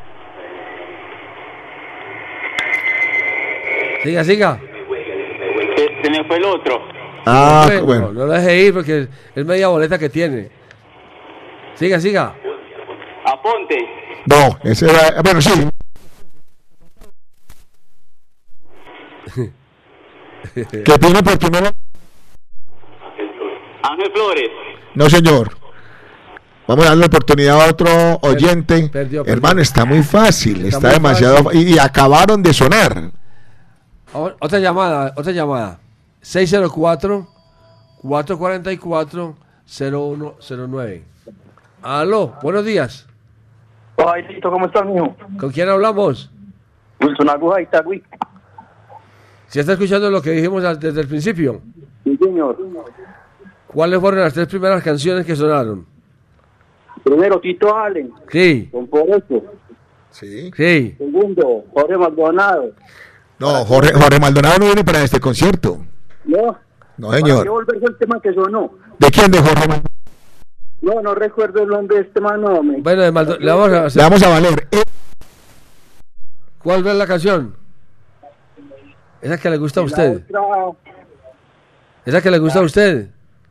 Siga, siga. Se, se me fue el otro. Ah, bueno, bueno. No lo deje ir porque es media boleta que tiene. Siga, siga. Aponte. No, ese era. Bueno, sí. Que tiene por primera. Ángel Flores. No, señor. Vamos a darle oportunidad a otro oyente. Perdió, perdió. Hermano, está muy fácil. Está, Está muy demasiado. fácil. Y, y acabaron de sonar. O- Otra llamada, otra llamada. seis cero cuatro, cuatro cuatro cuatro, cero uno cero nueve. Aló, buenos días. Ay, Lito, ¿cómo estás, mijo? ¿Con quién hablamos? Wilson Aguja, Itagüí. ¿Si está escuchando lo que dijimos al- desde el principio? Sí, señor. ¿Cuáles fueron las tres primeras canciones que sonaron? Primero, Tito Allen, Sí, con Por eso. Sí. sí. Segundo, Jorge Maldonado. No, Jorge, Jorge Maldonado no viene para este concierto. No. No, ¿Para señor. qué volverse el tema que sonó? ¿De quién? De Jorge Maldonado. No, no recuerdo el nombre de este man, no, me... Bueno, de Maldo- le vamos a hacer- Le vamos a valer. Eh, ¿Cuál es la canción? Esa que le gusta a La usted. otra- Esa que le gusta a usted.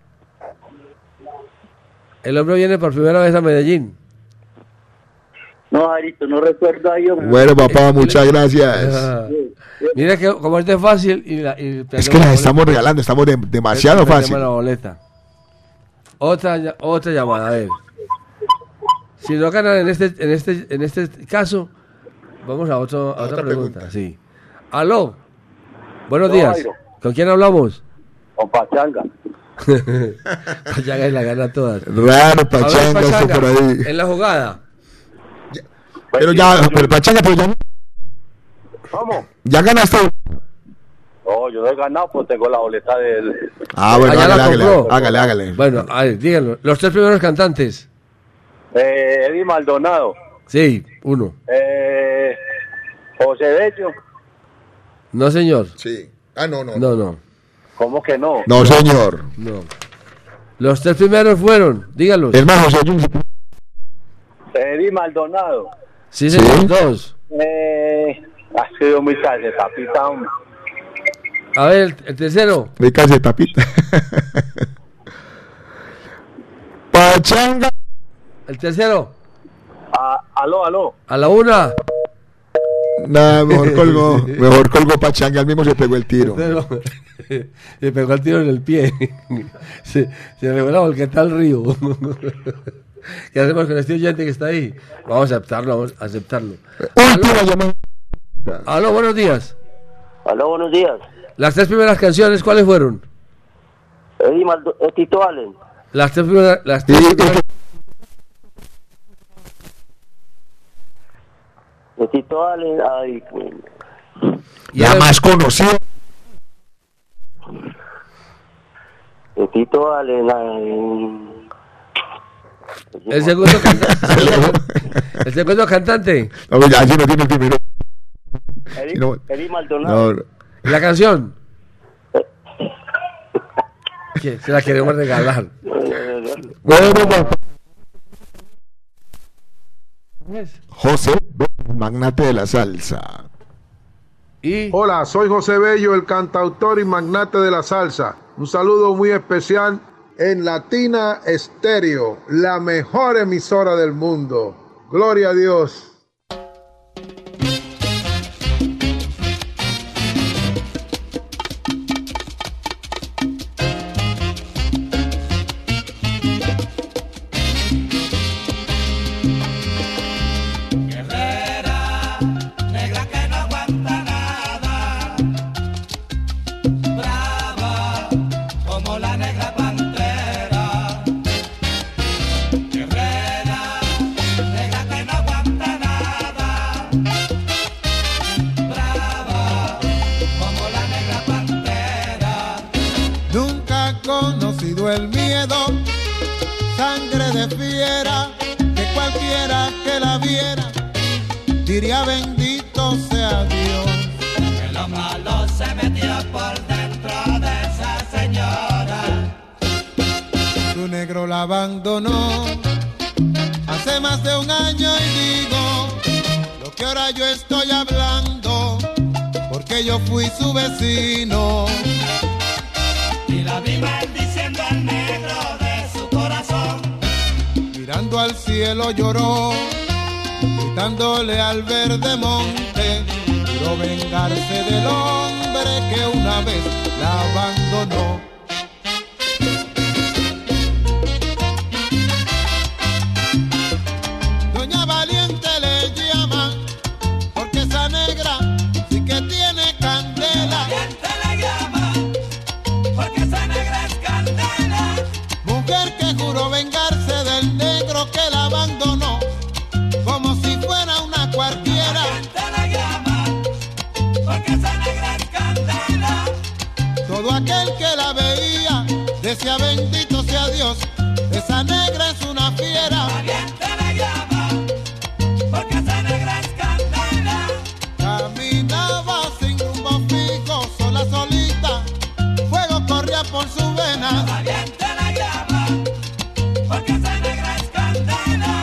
El hombre viene por primera vez a Medellín. No, Jarito, no recuerdo ahí, hombre. Bueno, papá, muchas gracias. Ah. Mira que como es de fácil y, la, y Es que las estamos regalando, estamos de- demasiado Perdemos fácil. la boleta. Otra, ll- otra llamada, a ver. Si no ganan en este, en este, en este caso, vamos a, otro, a otra, otra pregunta. pregunta. Sí. Aló. Buenos No, días. Jairo. ¿Con quién hablamos? Con Pachanga. Pachanga y la gana todas. Raro, A ver, Pachanga, está Pachanga, por ahí. en la jugada. Pero ya, pero Pachanga, pero ya, ¿Cómo? ya ganaste. No, yo no he ganado, pues tengo la boleta del... Ah, bueno, Allá la hágale, hágale, compró. hágale, hágale. Bueno, a ver, díganlo. Los tres primeros cantantes. Eh, Eddie Maldonado. Sí, uno. Eh, José Bello. No, señor. Sí. Ah, no, no. No, no. ¿Cómo que no? No, señor. No. Los tres primeros fueron, díganlos. Es más, José Jun- Eddie Maldonado. Sí, señor. Sí. Dos. Eh, ha sido muy tarde, tapita, hombre. A ver, el, el tercero. de calle tapita. Pachanga. El tercero. Ah, aló, aló. A la una. Nada, mejor colgó, mejor colgó Pachanga, al mismo se pegó el tiro. Tercero. Se pegó el tiro en el pie. Se, se le pegó la volqueta al río. ¿Qué hacemos con este oyente que está ahí? Vamos a aceptarlo, vamos a aceptarlo. Última llamada. Aló, buenos días. Aló, buenos días. Las tres primeras canciones, ¿cuáles fueron? Eddie Maldo eh, Tito Allen. Las tres primeras. Las Y- tres y- primeras- De Tito Allen, ay, pues, La el- más conocida. de Tito Allen, ay. El segundo cantante. El segundo cantante. No, ya, allí no tiene el primero. Eddie, Si no- Eddie Maldonado. No, no. ¿Y la canción? ¿Qué? Se la queremos regalar. Bueno, papá. José, magnate de la salsa. Y Hola, soy José Bello, el cantautor y magnate de la salsa. Un saludo muy especial en Latina Estéreo, la mejor emisora del mundo. Gloria a Dios. perdió el miedo, sangre de fiera, que cualquiera que la viera diría bendito sea Dios. Que lo malo se metió por dentro de esa señora. Tu negro la abandonó hace más de un año y digo lo que ahora yo estoy hablando, porque yo fui su vecino. Y la vi maldiciendo al negro de su corazón. Mirando al cielo lloró, gritándole al verde monte, juró vengarse del hombre que una vez la abandonó. Doña Valiente le llama, porque esa negra sí que tiene candela. Valiente le llama, porque esa negra es candela. Mujer que juró vengarse del negro que la abandonó, como si fuera una cualquiera. Valiente le llama, porque esa negra es candela. Todo aquel que la veía decía bendito sea Dios, esa negra es una fiera. Valiente le llama, porque esa negra es candela. Caminaba sin rumbo fijo, sola solita, fuego corría por su vena. Valiente le llama, porque esa negra es candela.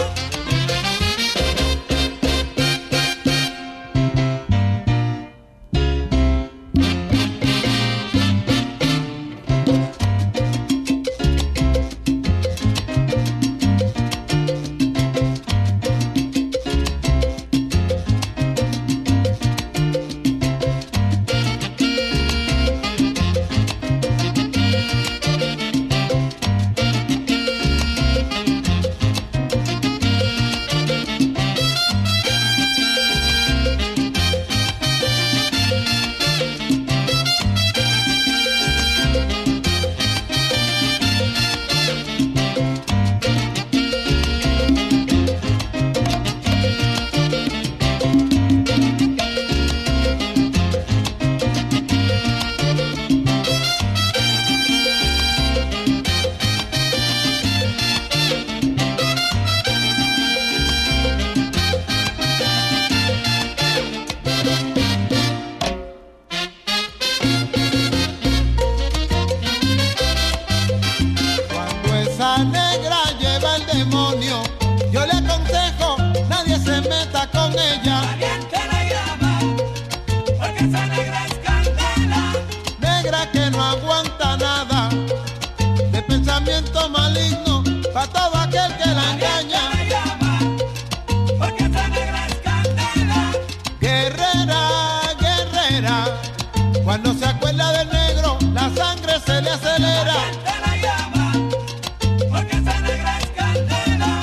Cuando esa negra lleva el demonio, yo le aconsejo, nadie se meta con ella. Valiente le llama, porque esa negra es candela. Negra que no aguanta nada, de pensamiento maligno, para todo aquel que la engaña. Valiente le llama, porque esa negra es candela. Guerrera, guerrera, cuando se acuerda del negro, la sangre se le acelera. Valiente le llama, porque esa negra es candela.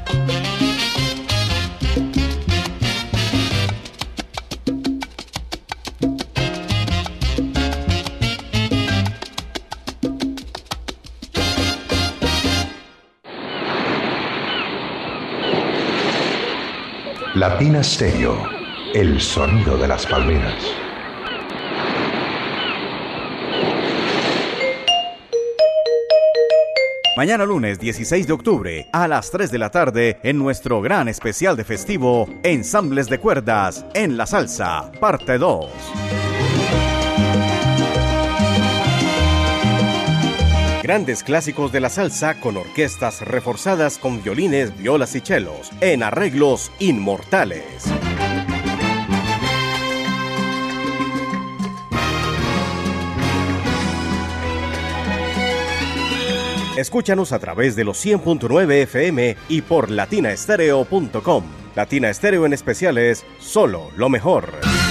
Latina Stereo, el sonido de las palmeras. Mañana lunes dieciséis de octubre a las tres de la tarde en nuestro gran especial de festivo Ensambles de Cuerdas en la Salsa, parte dos. Grandes clásicos de la salsa con orquestas reforzadas con violines, violas y chelos en arreglos inmortales. Escúchanos a través de los cien punto nueve F M y por latina estéreo punto com. Latina Estéreo en especiales, solo lo mejor.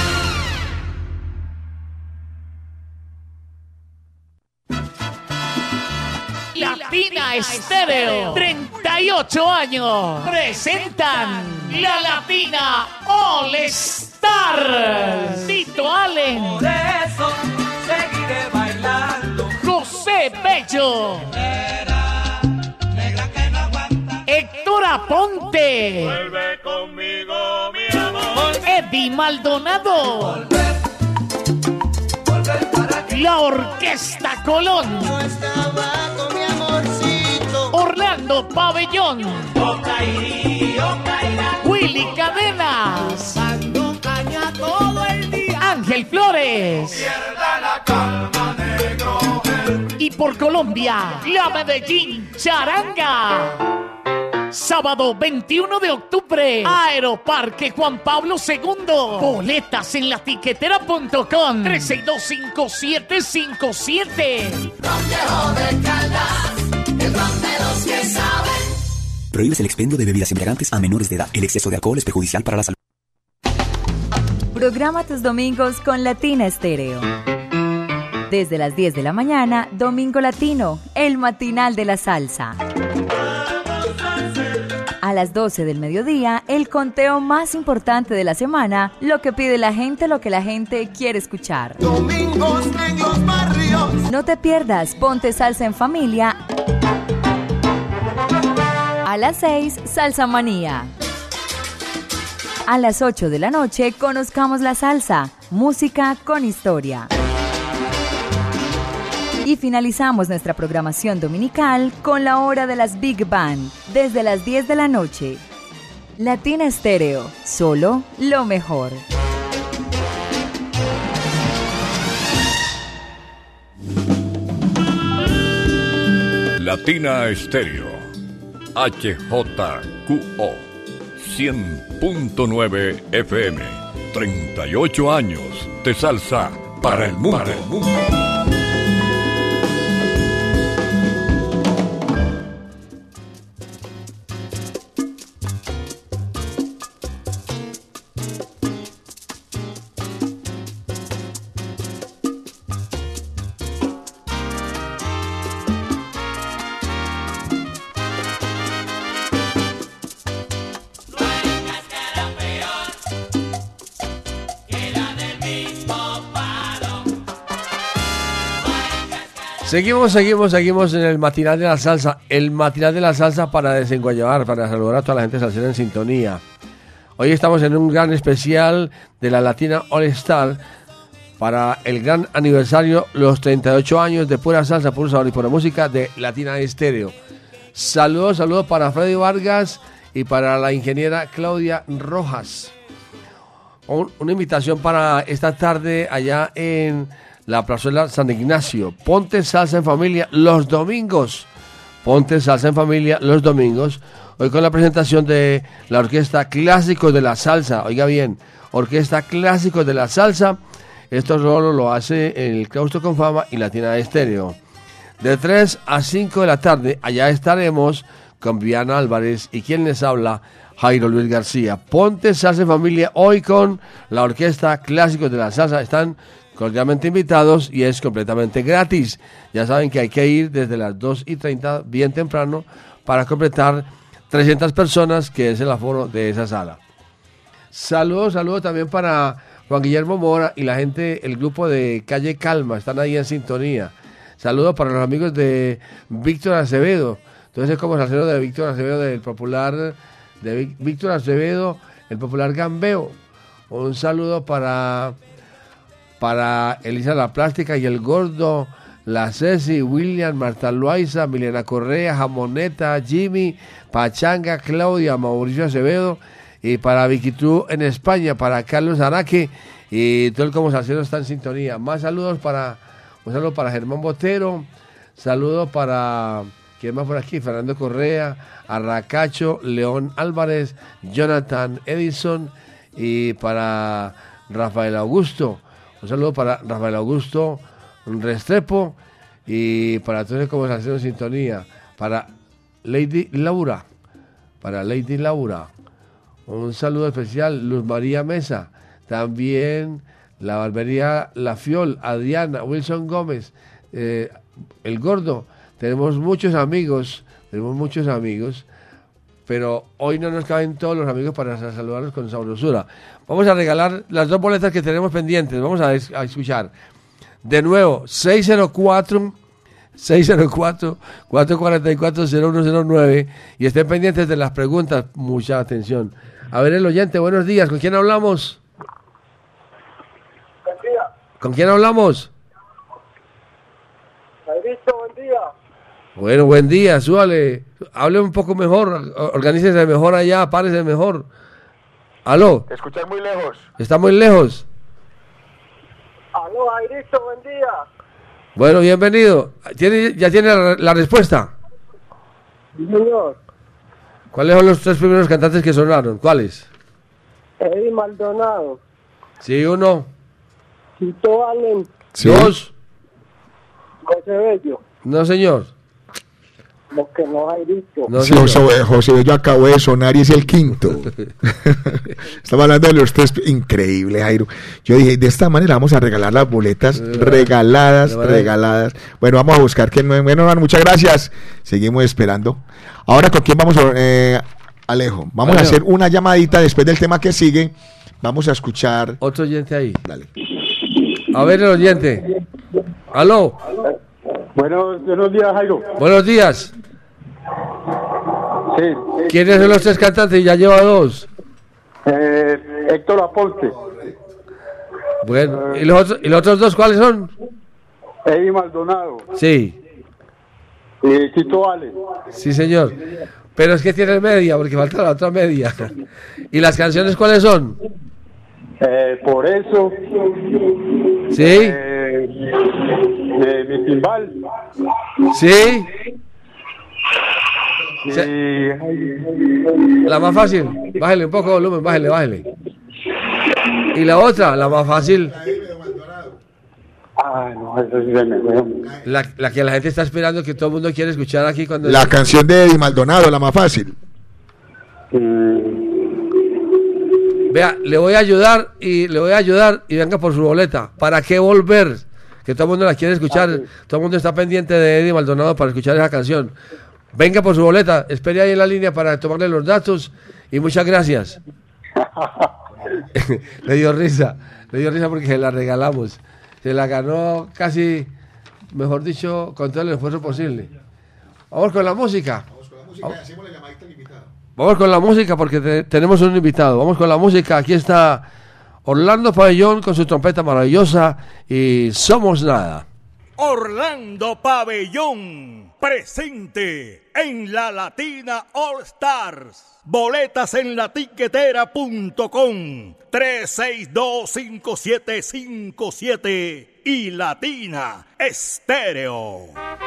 Latina Estéreo, treinta y ocho años, presentan la Latina All Stars. Tito Allen, Por eso seguiré bailando. José Bello, Negra, negra que no aguanta. Héctor Aponte, Vuelve conmigo, mi amor. Eddie Maldonado, Volver, volver para que la Orquesta Colón, no estaba con mi amor. Orlando Pabellón, Willy Cadenas, todo el día. Ángel Flores, y por Colombia, la Medellín Charanga. Sábado veintiuno de octubre, Aeroparque Juan Pablo segundo. Boletas en la tiquetera punto com. tres seis dos cinco siete cinco siete. Ron de Caldas, el ron de los que saben. Prohíbes el expendio de bebidas embriagantes a menores de edad. El exceso de alcohol es perjudicial para la salud. Programa tus domingos con Latina Estéreo. Desde las diez de la mañana, Domingo Latino, el matinal de la salsa. A las doce del mediodía, el conteo más importante de la semana, lo que pide la gente, lo que la gente quiere escuchar. Domingos en los barrios. No te pierdas, ponte salsa en familia. A las seis, Salsa Manía. A las ocho de la noche, conozcamos la salsa, música con historia. Y finalizamos nuestra programación dominical con la hora de las Big Band, desde las diez de la noche. Latina Estéreo, solo lo mejor. Latina Estéreo, H J Q O, cien punto nueve F M, treinta y ocho años de salsa para el mundo. Para el mundo. Seguimos, seguimos, seguimos en el matinal de la salsa, el matinal de la salsa para desenguayabar, para saludar a toda la gente salsera en sintonía. Hoy estamos en un gran especial de la Latina All Star para el gran aniversario, los treinta y ocho años de pura salsa, puro sabor y pura música de Latina Estéreo. Saludos, saludos para Freddy Vargas y para la ingeniera Claudia Rojas. Un, una invitación para esta tarde allá en la plazuela San Ignacio. Ponte salsa en familia los domingos. Ponte salsa en familia los domingos. Hoy con la presentación de la Orquesta Clásicos de la Salsa. Oiga bien, Orquesta Clásicos de la Salsa. Esto solo lo hace el Claustro con Fama y Latina Estéreo. De tres a cinco de la tarde, allá estaremos con Viana Álvarez y quien les habla, Jairo Luis García. Ponte salsa en familia hoy con la Orquesta Clásicos de la Salsa. Están cordialmente invitados y es completamente gratis. Ya saben que hay que ir desde las dos y treinta bien temprano para completar trescientas personas, que es el aforo de esa sala. Saludos, saludos también para Juan Guillermo Mora y la gente, el grupo de Calle Calma, están ahí en sintonía. Saludos para los amigos de Víctor Acevedo. Entonces es como salsero de Víctor Acevedo, del popular, de Víctor Acevedo, el popular Gambeo. Un saludo para para Elisa La Plástica y el Gordo, la Ceci, William, Marta Loaiza, Milena Correa, Jamoneta, Jimmy, Pachanga, Claudia, Mauricio Acevedo, y para Vicky True en España, para Carlos Araque y todo el como salsero está en sintonía. Más saludos para, un saludo para Germán Botero, saludos para, ¿quién más por aquí? Fernando Correa, Arracacho, León Álvarez, Jonathan Edison, y para Rafael Augusto. Un saludo para Rafael Augusto Restrepo y para todos como salsero en sintonía. Para Lady Laura, para Lady Laura. Un saludo especial, Luz María Mesa. También la barbería La Fiol, Adriana, Wilson Gómez, eh, el Gordo. Tenemos muchos amigos, tenemos muchos amigos, pero hoy no nos caben todos los amigos para saludarlos con sabrosura. Vamos a regalar las dos boletas que tenemos pendientes. Vamos a, es, a escuchar. De nuevo, seis cero cuatro, cuatro cuatro cuatro, cero uno cero nueve. Y estén pendientes de las preguntas. Mucha atención. A ver, el oyente, buenos días. ¿Con quién hablamos? Buen día. ¿Con quién hablamos? Jairito, buen día. Bueno, buen día. Súbale, hable un poco mejor, organícese mejor allá, párese mejor. Aló. Te escuchas muy lejos. Está muy lejos. Aló, Jairito, buen día. Bueno, bienvenido. ¿Tiene, ¿Ya tiene la, la respuesta? Sí, señor. ¿Cuáles son los tres primeros cantantes que sonaron? ¿Cuáles? Eddie Maldonado. Sí, uno. Tito Allen. Sí. Dos. José Bello. No, señor. Los que no hay visto. No, sí, José, José Bello acabó de sonar y es el quinto. Estamos hablando de los tres. Increíble, Jairo. Yo dije, de esta manera vamos a regalar las boletas. Regaladas, regaladas. Bueno, vamos a buscar que no. Bueno, hermano, muchas gracias. Seguimos esperando. Ahora, ¿con quién vamos? Eh, Alejo. Vamos Alejo. a hacer una llamadita después del tema que sigue. Vamos a escuchar. Otro oyente ahí. Dale. A ver, el oyente. Aló. Buenos, buenos días, Jairo. Buenos días. Sí. ¿Quiénes son los tres cantantes? Ya lleva dos. Eh, Héctor Aponte. Bueno, ¿y los, otros, ¿y los otros dos cuáles son? Eddie Maldonado. Sí. Y Tito Allen. Sí, señor. Pero es que tiene media, porque falta la otra media. ¿Y las canciones cuáles son? Eh, por eso. Sí. Eh, eh, mi timbal. Sí. Y... La más fácil. Bájale un poco de volumen, bájale, bájale. Y la otra, la más fácil. Ah, no, eso sí se me fue. La, la que la gente está esperando, que todo el mundo quiere escuchar aquí cuando... La canción de Eddie Maldonado, la más fácil. Mm. Vea, le voy a ayudar y le voy a ayudar y venga por su boleta. ¿Para qué volver? Que todo el mundo la quiere escuchar. Ah, sí. Todo el mundo está pendiente de Eddie Maldonado para escuchar esa canción. Venga por su boleta. Espere ahí en la línea para tomarle los datos. Y muchas gracias. Le dio risa. Le dio risa porque se la regalamos. Se la ganó casi, mejor dicho, con todo el esfuerzo posible. Vamos con la música. Vamos con la música y hacemos la llamadita al invitado. Vamos con la música porque te, tenemos un invitado. Vamos con la música. Aquí está Orlando Pabellón con su trompeta maravillosa y Somos Nada. Orlando Pabellón, presente en la Latina All Stars. Boletas en la tiquetera punto com, tres seis dos cinco siete cinco siete y Latina Estéreo.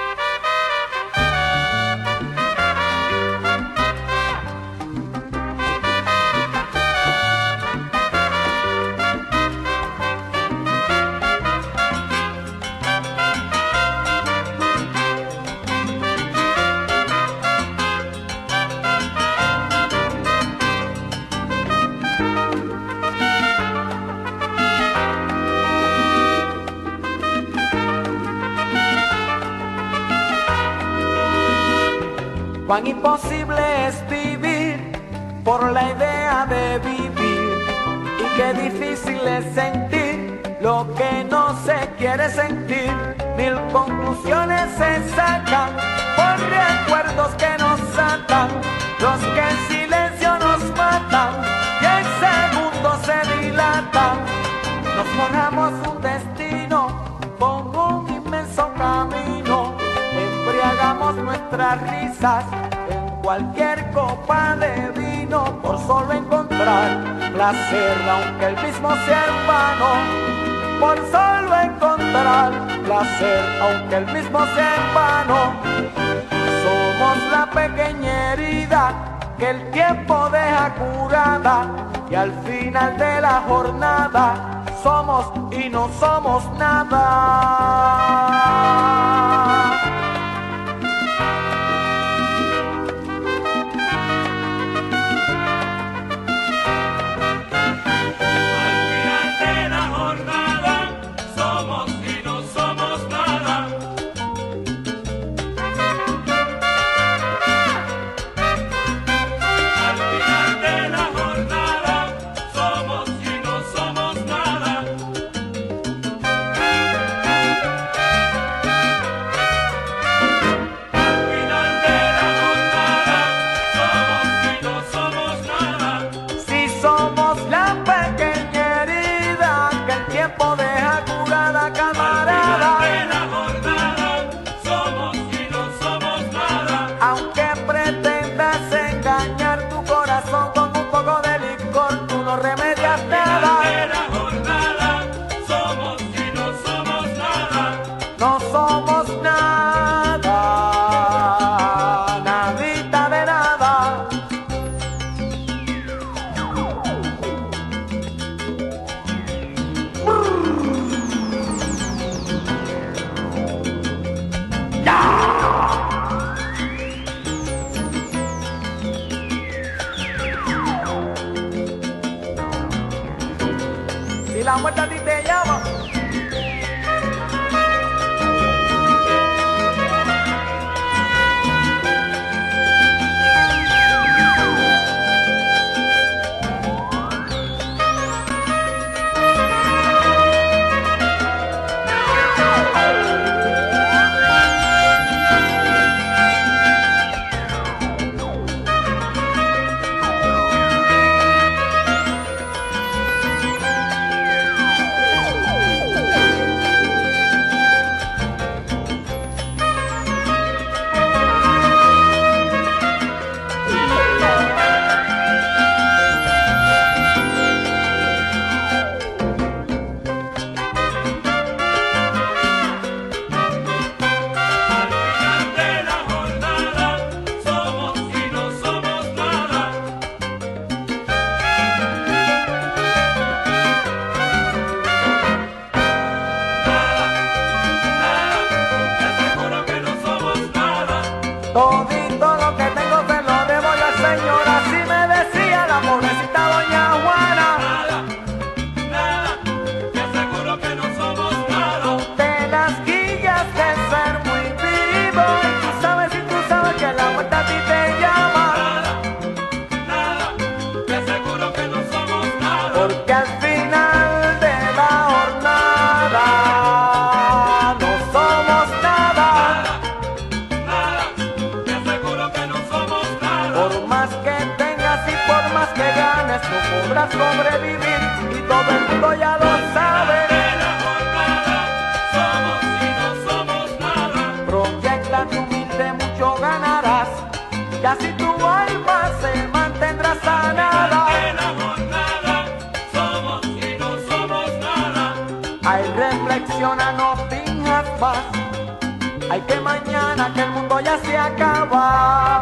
Cuán imposible es vivir por la idea de vivir y qué difícil es sentir lo que no se quiere sentir. Mil conclusiones se sacan por recuerdos que nos atan, los que en silencio nos matan y en segundos se dilatan. Nos forjamos un destino con un inmenso camino, embriagamos nuestras risas en cualquier copa de vino por solo encontrar placer, aunque el mismo sea en vano. Por solo encontrar placer, aunque el mismo sea en vano. Somos la pequeña herida que el tiempo deja curada y al final de la jornada somos y no somos nada. todo el mundo ya lo sabe. En la jornada somos y no somos nada. Proyecta tu humilde, mucho ganarás. Y así tu alma se mantendrá sanada. En la jornada somos y no somos nada. Ay, reflexiona, no finjas más. Ay, que mañana que el mundo ya se acaba.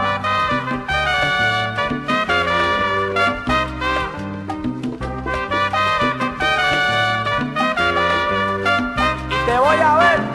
Y te voy a ver.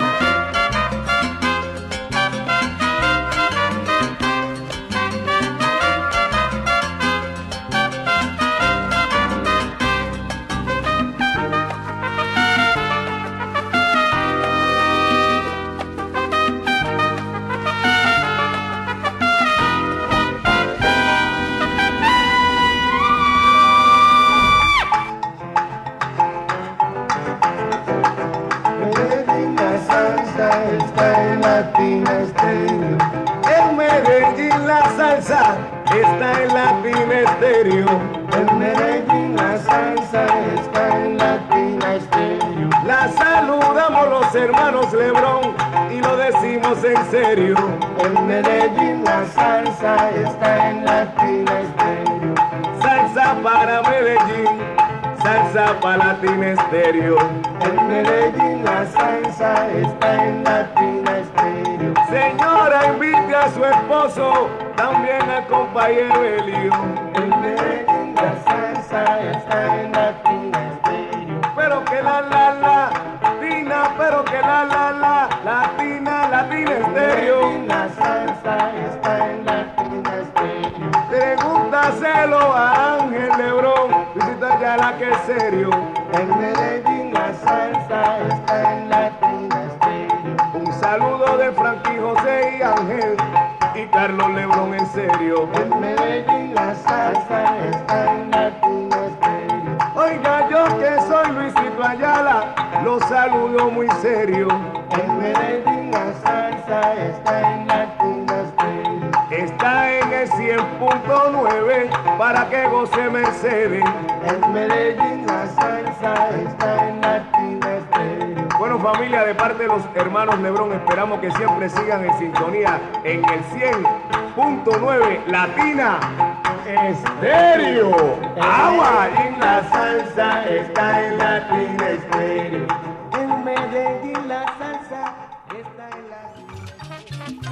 Medellín, la salsa está en Latina Estéreo. En Medellín la salsa está en Latina Estéreo. En Medellín la salsa está en Latina Estéreo. La saludamos los hermanos Lebrón y lo decimos en serio. En Medellín la salsa está en Latina Estéreo. Salsa para Medellín, salsa para Latina Estéreo. En Medellín la salsa está en Latina Estéreo. Señora, invite a su esposo, también acompañe el lío. En Medellín la salsa está en Latina Estéreo. Pero que la la la, latina, pero que la la la, latina, Latina Estéreo. En Medellín la salsa está en Latina Estéreo. Pregúntaselo a Ángel Lebrón, visita ya la que es serio. En Medellín la salsa está en Latina Estéreo. Un saludo de Frankie José y Ángel y Carlos Lebrón en serio. En Medellín la salsa está en Latina Estéreo. Oiga, yo que soy Luisito Ayala, lo saludo muy serio. En Medellín la salsa está en Latina Estéreo. Está en el cien punto nueve para que goce Mercedes. En Medellín la salsa está en Latina Estéreo. Bueno, familia, de parte de los hermanos Lebrón, esperamos que siempre sigan en sintonía en el cien punto nueve Latina Estéreo. Agua. En la salsa está en Latina Estéreo. En Medellín la salsa está en Latina.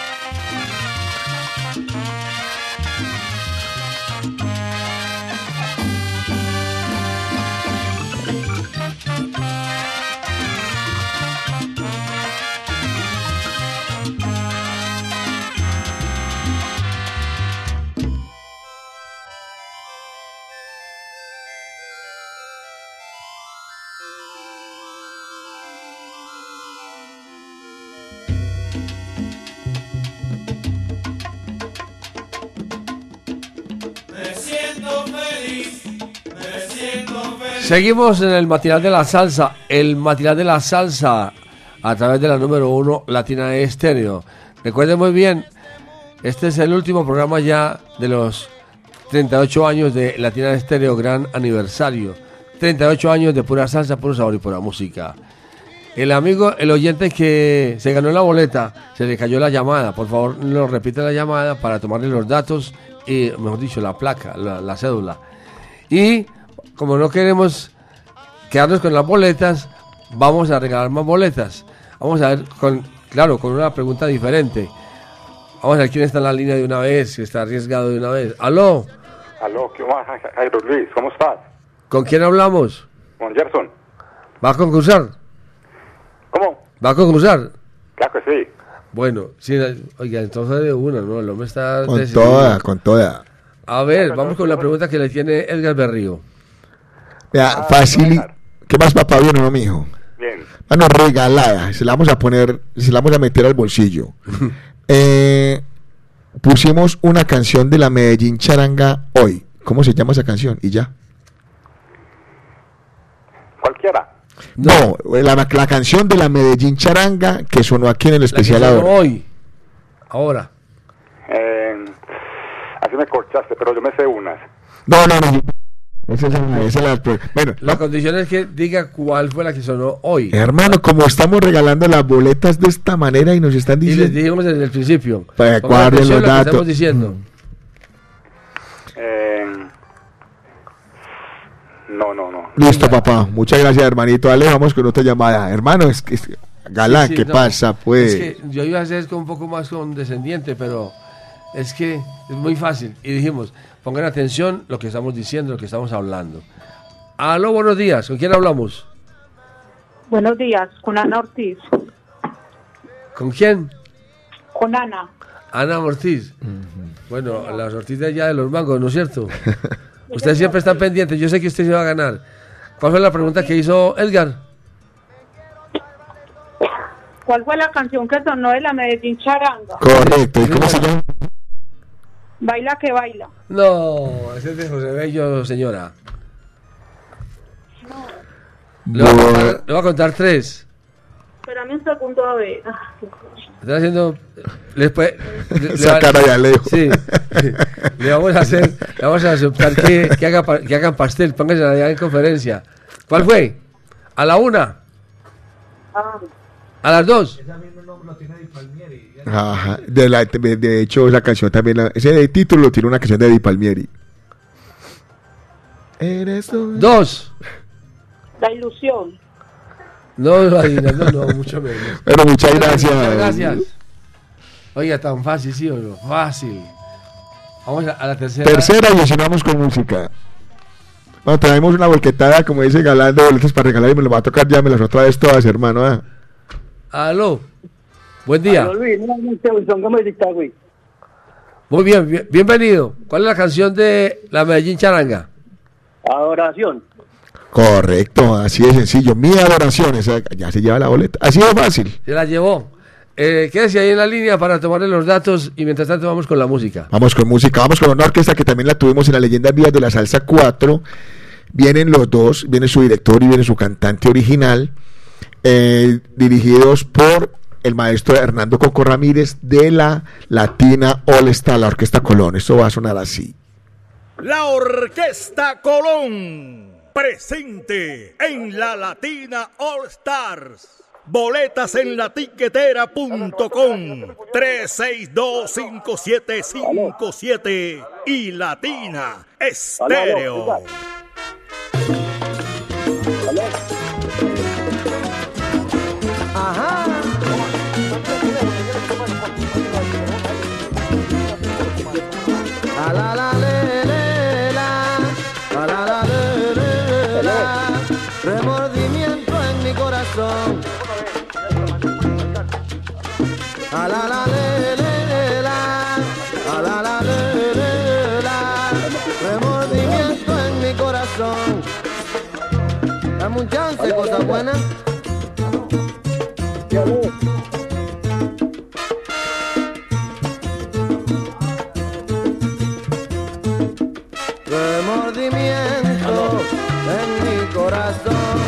Me siento feliz, me siento feliz. Seguimos en el matinal de la salsa, el matinal de la salsa a través de la número uno Latina Estéreo. Recuerden muy bien, este es el último programa ya de los treinta y ocho años de Latina Estéreo, gran aniversario. treinta y ocho años de pura salsa, puro sabor y pura música. El amigo, el oyente que se ganó la boleta, se le cayó la llamada. Por favor, nos repite la llamada para tomarle los datos y, mejor dicho, la placa, la, la cédula. Y como no queremos quedarnos con las boletas, vamos a regalar más boletas. Vamos a ver, con, claro, con una pregunta diferente. Vamos a ver quién está en la línea de una vez, si está arriesgado de una vez. ¿Aló? Aló, ¿qué más, Jairo Luis? ¿Cómo estás? ¿Con quién hablamos? Con Gerson. ¿Va a concursar? ¿Cómo? ¿Va a concursar? Claro que sí. Bueno, sí, oiga, entonces de una, ¿no? El hombre está... Con decidido. toda, con toda. A ver, vamos con la pregunta que le tiene Edgar Berrío. Vea, fácil. ¿Qué más, papá? ¿Bien o no, mijo? Bien. Bueno, regalada. Se la vamos a poner, se la vamos a meter al bolsillo. eh, pusimos una canción de la Medellín Charanga hoy. ¿Cómo se llama esa canción? Y ya. Cualquiera. No, la, la canción de la Medellín Charanga que sonó aquí en el especial la que sonó ahora. hoy. Ahora. Eh, así me corchaste, pero yo me sé unas. No, no, no. Esa es la, esa es la, bueno, La condición es que diga cuál fue la que sonó hoy. hermano, como estamos regalando las boletas de esta manera y nos están Y les diciendo dijimos desde el principio. Pues, Pongan guarden atención los a lo que datos. estamos diciendo. Eh, no, no, no. listo, papá. Muchas gracias, hermanito. Dale, vamos con otra llamada. Hermano, es que es- Galán, Sí, sí, ¿qué no, pasa, pues? Es que yo iba a ser un poco más condescendiente, pero es que es muy fácil. Y dijimos, pongan atención lo que estamos diciendo, lo que estamos hablando. Aló, buenos días. ¿Con quién hablamos? Buenos días, con Ana Ortiz. ¿Con quién? Con Ana. Ana Ortiz. Bueno, las Ortiz de allá de los mangos, ¿no es cierto? Ustedes siempre están pendientes. Yo sé que usted se va a ganar. ¿Cuál fue la pregunta que hizo Edgar? ¿Cuál fue la canción que sonó de la Medellín Charanga? Correcto. ¿Y cómo se llama? Baila que baila. No, ese es de José Bello, señora. Le voy a Bueno, contar, le voy a contar tres. Espérame un segundo a ver. Ah, qué cosa. Están haciendo. Les puede- le- Esa le- cara de Alejo. Sí. Le vamos a hacer. Le vamos a aceptar que, que, haga, pa- que hagan pastel. Pónganse allá en conferencia. ¿Cuál fue? ¿A la una? Ah, ¿A las dos? ajá. De, la, de, de hecho, esa canción también, la- ese título tiene una canción de Di Palmieri. Eres tú. Dos. la ilusión. No, no, no, no, mucho menos. Bueno, muchas gracias. Muchas gracias. Oiga, tan fácil, sí o no. Fácil. Vamos a, a la tercera. Tercera y vamos con música. Bueno, traemos una volquetada, como dice Galán, de boletas para regalar y me lo va a tocar ya, me las otra vez todas, hermano. ¿eh? Aló. Buen día. Aló, Luis, nuevamente, Wilson Gómez de Itagüí. Muy bien, bien- bienvenido. ¿Cuál es la canción de la Medellín Charanga? Adoración. Correcto, así de sencillo. Mi adoración, esa- ya se lleva la boleta. Así de fácil. Se la llevó. Eh, quédese ahí en la línea para tomarle los datos y mientras tanto vamos con la música. Vamos con música, vamos con una orquesta que también la tuvimos en la Leyendas Vivas de la Salsa cuatro. Vienen los dos, viene su director y viene su cantante original, eh, dirigidos por el maestro Hernando Coco Ramírez de la Latina All Star, la Orquesta Colón. Esto va a sonar así. La Orquesta Colón, presente en la Latina All Stars. Boletas en la tiquetera punto com, tres seis dos cinco siete cinco siete y Latina Estéreo. Ajá. A la la le, le, la, a la la le, le, la, remordimiento en mi corazón. A la la le, le, la, a la la le, le, la, remordimiento en mi corazón. Dame un chance, cosa buena. Remordimiento en mi corazón,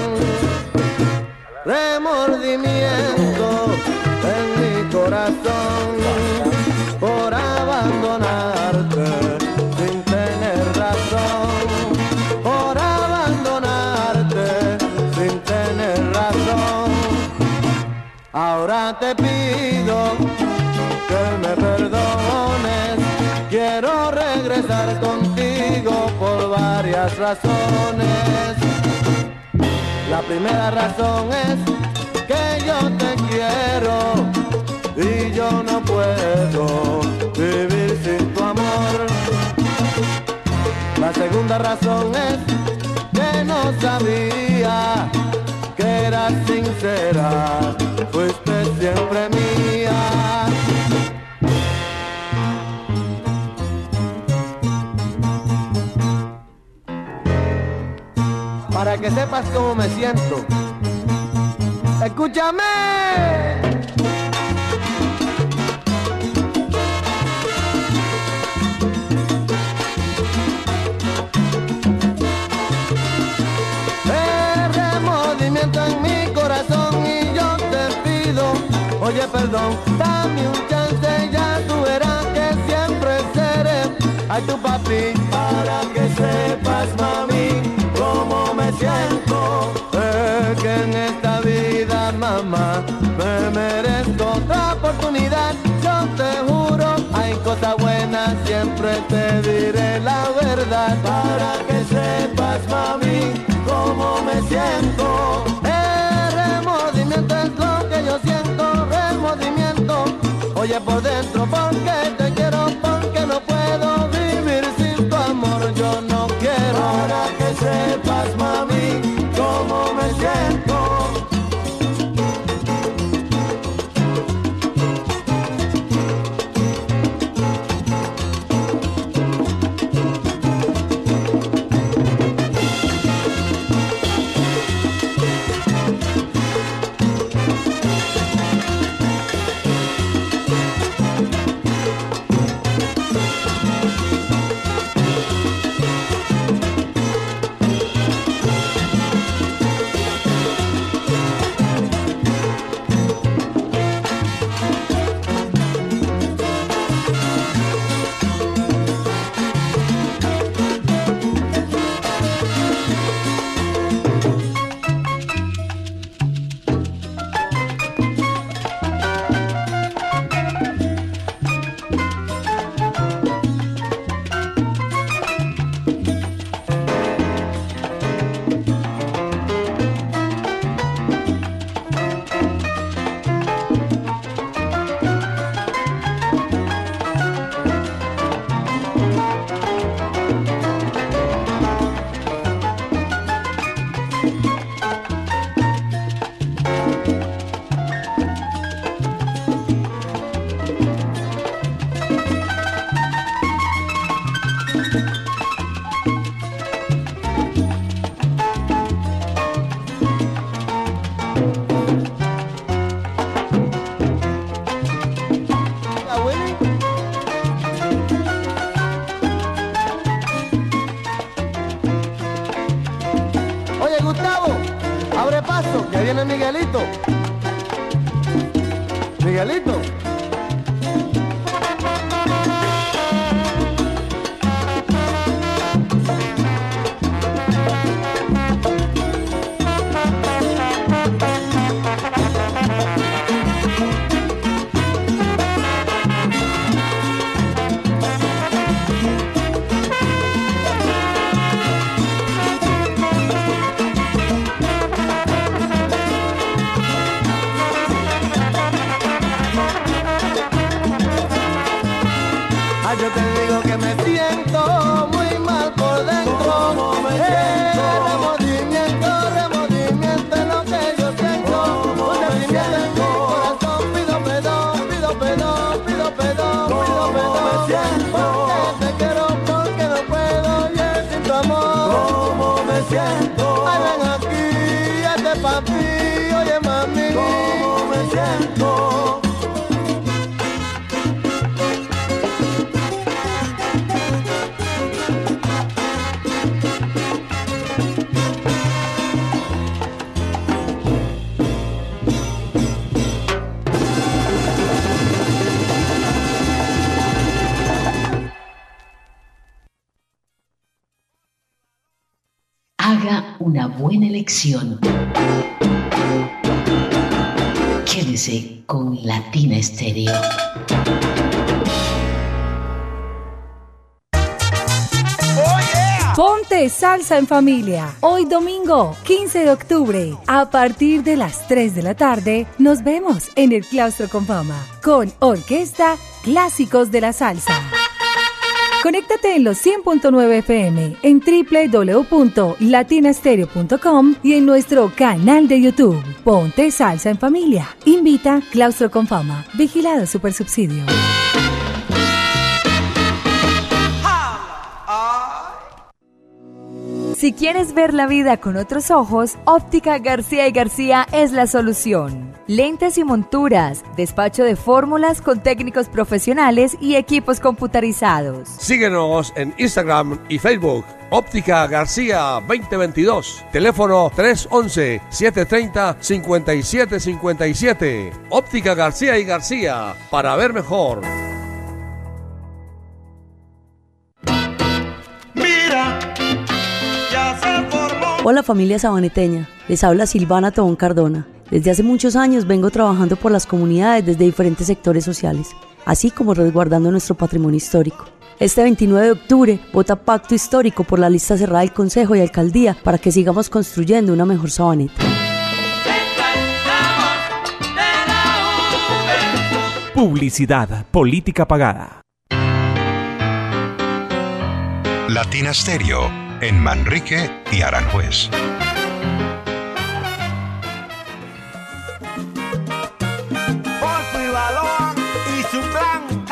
remordimiento en mi corazón por abandonarte sin tener razón, por abandonarte sin tener razón. Ahora te pido que me perdones, quiero regresar contigo por varias razones. La primera razón es que yo te quiero y yo no puedo vivir sin tu amor. La segunda razón es que no sabía que eras sincera, fuiste siempre mía. Para que sepas cómo me siento, escúchame. El remordimiento en mi corazón y yo te pido, oye perdón, dame un chance, ya tú verás que siempre seré ay tu papi. Para que sepas, mami, esta vida, mamá. Me merezco otra oportunidad, yo te juro. Hay cosas buenas, siempre te diré la verdad. Para que sepas, mami, cómo me siento. El remordimiento es lo que yo siento, remordimiento. Oye, por dentro, porque te quiero, porque no puedo vivir sin tu amor, yo no quiero. Para que sepas, mami, cómo me siento. viene Miguelito. Miguelito. Yo te digo que me siento muy mal por dentro. ¿Cómo me siento? Eh, remordimiento, remordimiento es lo que yo siento. Un sentimiento en mi corazón. Pido perdón, pido perdón, pido perdón, pido perdón. Me siento porque te quiero, porque no puedo ir sin tu amor. ¿Cómo me siento? Ay, ven aquí, este papi, oye mami. ¿Cómo me siento? Haga una buena elección. Quédese con Latina Estéreo. Ponte salsa en familia. Hoy domingo, quince de octubre, a partir de las tres de la tarde, nos vemos en el Claustro con Fama, con Orquesta Clásicos de la Salsa. Conéctate en los cien punto nueve F M, en doble u doble u doble u punto latina estéreo punto com y en nuestro canal de YouTube. Ponte salsa en familia. Invita Claustro con Fama. Vigilado Supersubsidio. Si quieres ver la vida con otros ojos, Óptica García y García es la solución. Lentes y monturas, despacho de fórmulas con técnicos profesionales y equipos computarizados. Síguenos en Instagram y Facebook. Óptica García veinte veintidós. Teléfono tres once, siete treinta, cincuenta y siete cincuenta y siete. Óptica García y García, para ver mejor. Hola familia sabaneteña, les habla Silvana Tobón Cardona. Desde hace muchos años vengo trabajando por las comunidades desde diferentes sectores sociales, así como resguardando nuestro patrimonio histórico. Este veintinueve de octubre vota Pacto Histórico por la lista cerrada del Consejo y Alcaldía para que sigamos construyendo una mejor Sabaneta. Publicidad, política pagada. Latina Stereo, en Manrique y Aranjuez. Polpo y Balón y su clan.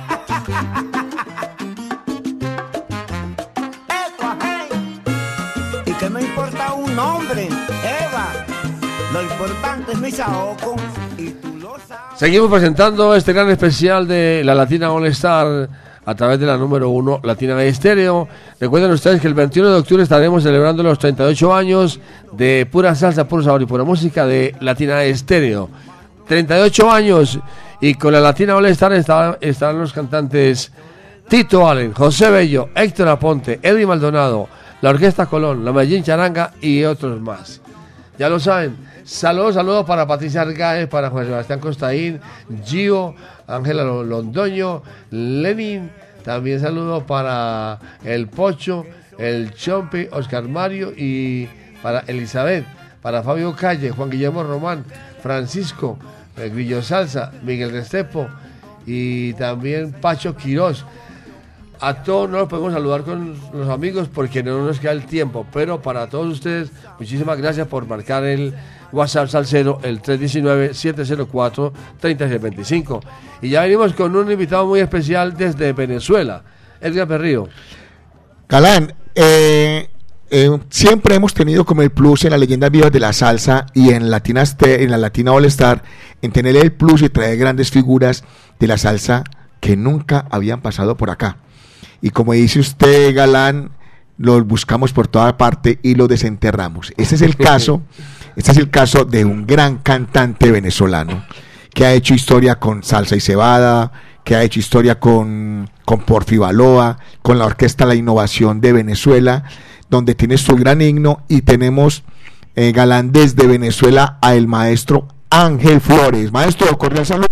Eco, hey. Y que no importa un nombre, Eva. Lo importante es mi saoco y tú lo sabes. Seguimos presentando este gran especial de la Latina All Star a través de la número uno Latina Estéreo. Recuerden ustedes que el veintiuno de octubre estaremos celebrando los treinta y ocho años de pura salsa, puro sabor y pura música de Latina Estéreo. treinta y ocho años, y con la Latina All Star estarán, estarán los cantantes Tito Allen, José Bello, Héctor Aponte, Eddie Maldonado, la Orquesta Colón, la Medellín Charanga y otros más. Ya lo saben. Saludos, saludos para Patricia Argáez, para Juan Sebastián Costaín, Gio, Ángela Londoño, Lenin. También saludos para el Pocho, el Chompi, Oscar Mario y para Elizabeth, para Fabio Calle, Juan Guillermo Román, Francisco, el Grillo Salsa, Miguel Restepo y también Pacho Quirós. A todos no los podemos saludar con los amigos porque no nos queda el tiempo, pero para todos ustedes, muchísimas gracias por marcar el WhatsApp Salsero, el tres uno nueve, siete cero cuatro, tres seis dos cinco. Y ya venimos con un invitado muy especial desde Venezuela, Edgar Berrío. Galán, eh, eh, siempre hemos tenido como el plus en las leyendas vivas de la salsa y en, Latina, en la Latina All Star, en tener el plus y traer grandes figuras de la salsa que nunca habían pasado por acá. Y como dice usted, Galán, los buscamos por toda parte y los desenterramos. Este es el caso, este es el caso de un gran cantante venezolano que ha hecho historia con Salsa y Cebada, que ha hecho historia con, con Porfi Baloa, con la Orquesta La Innovación de Venezuela, donde tiene su gran himno, y tenemos, eh, Galán, desde Venezuela a el maestro Ángel Flores. Maestro, cordial saludo.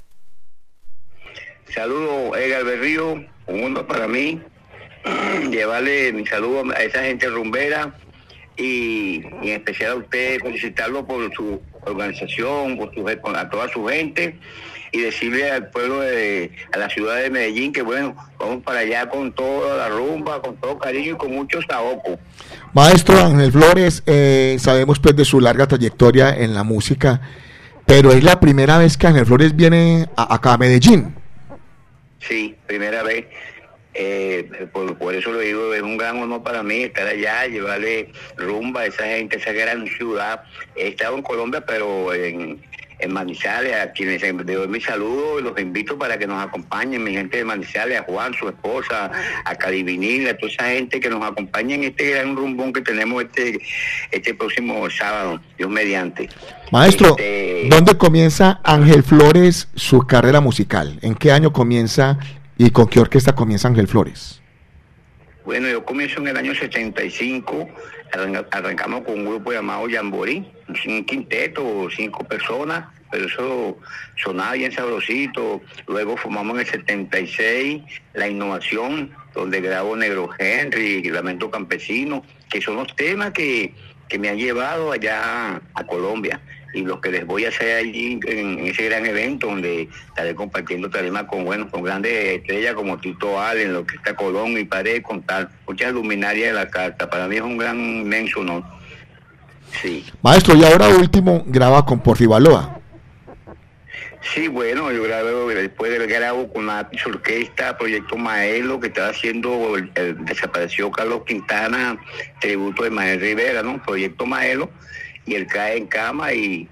Saludo, Edgar Berrío, un honor para mí llevarle mi saludo a esa gente rumbera y, y en especial a usted, felicitarlo por su organización, por su, a toda su gente, y decirle al pueblo de a la ciudad de Medellín que bueno, vamos para allá con toda la rumba, con todo cariño y con mucho saoco. Maestro Ángel Flores, eh, sabemos pues de su larga trayectoria en la música, pero es la primera vez que Ángel Flores viene a, acá a Medellín. Sí, primera vez. Eh, por, por eso lo digo, es un gran honor para mí estar allá, llevarle rumba a esa gente, esa gran ciudad. He estado en Colombia, pero en, en Manizales, a quienes les doy mi saludo, los invito para que nos acompañen, mi gente de Manizales, a Juan, su esposa, a Cadivinil, a toda esa gente que nos acompañe en este gran rumbón que tenemos este, este próximo sábado, Dios mediante. Maestro, este... ¿dónde comienza Ángel Flores su carrera musical? ¿En qué año comienza y con qué orquesta comienza Ángel Flores? Bueno, yo comienzo en el año setenta y cinco, arranca, arrancamos con un grupo llamado Jamboree, un quinteto, cinco personas, pero eso sonaba bien sabrosito. Luego formamos en el setenta y seis La Innovación, donde grabo Negro Henry, Lamento Campesino, que son los temas que, que me han llevado allá a Colombia. Y lo que les voy a hacer allí en, en ese gran evento, donde estaré compartiendo tarima con bueno, con grandes estrellas como Tito Allen, lo que está Colón y Pared, con tal, muchas luminarias de la carta. Para mí es un gran inmenso honor. Sí. Maestro, y ahora último graba con Porfi Baloa. Sí, bueno, yo grabo, después del grabo con la orquesta, Proyecto Maelo, que estaba haciendo, el, el, desapareció Carlos Quintana, tributo de Manuel Rivera, ¿no? Proyecto Maelo, y él cae en cama y,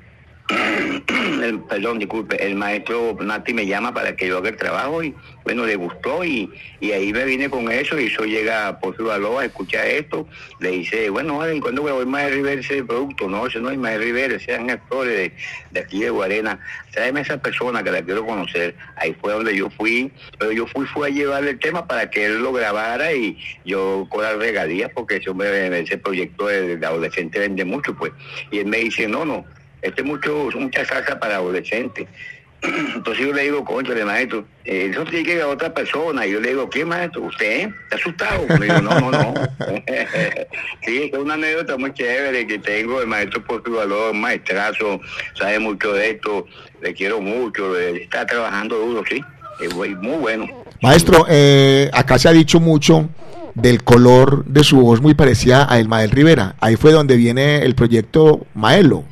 el, perdón, disculpe, el maestro Nati me llama para que yo haga el trabajo y bueno, le gustó y, y ahí me vine con eso y eso llega por su valor, escucha esto, le dice, bueno, vale, ¿cuándo voy a Ismael Rivera ese producto? No, ese no es Ismael Rivera, ese es Ángel Flores de, de aquí de Guarena, tráeme a esa persona que la quiero conocer. Ahí fue donde yo fui, pero yo fui, fui a llevarle el tema para que él lo grabara y yo con las regalías, porque ese, hombre, ese proyecto de, de adolescente vende mucho, pues, y él me dice, no, no, este es mucho, mucha salsa para adolescentes. Entonces yo le digo, conchale, maestro, eh, eso tiene que ir a otra persona. Y yo le digo, ¿qué, maestro? ¿Usted? ¿Está asustado? Me digo, no, no, no. Sí, es una anécdota muy chévere que tengo. El maestro por su valor, maestrazo, sabe mucho de esto, le quiero mucho, está trabajando duro, sí, es muy bueno. Maestro, eh, acá se ha dicho mucho del color de su voz muy parecida a Ismael Rivera. Ahí fue donde viene el proyecto Maelo.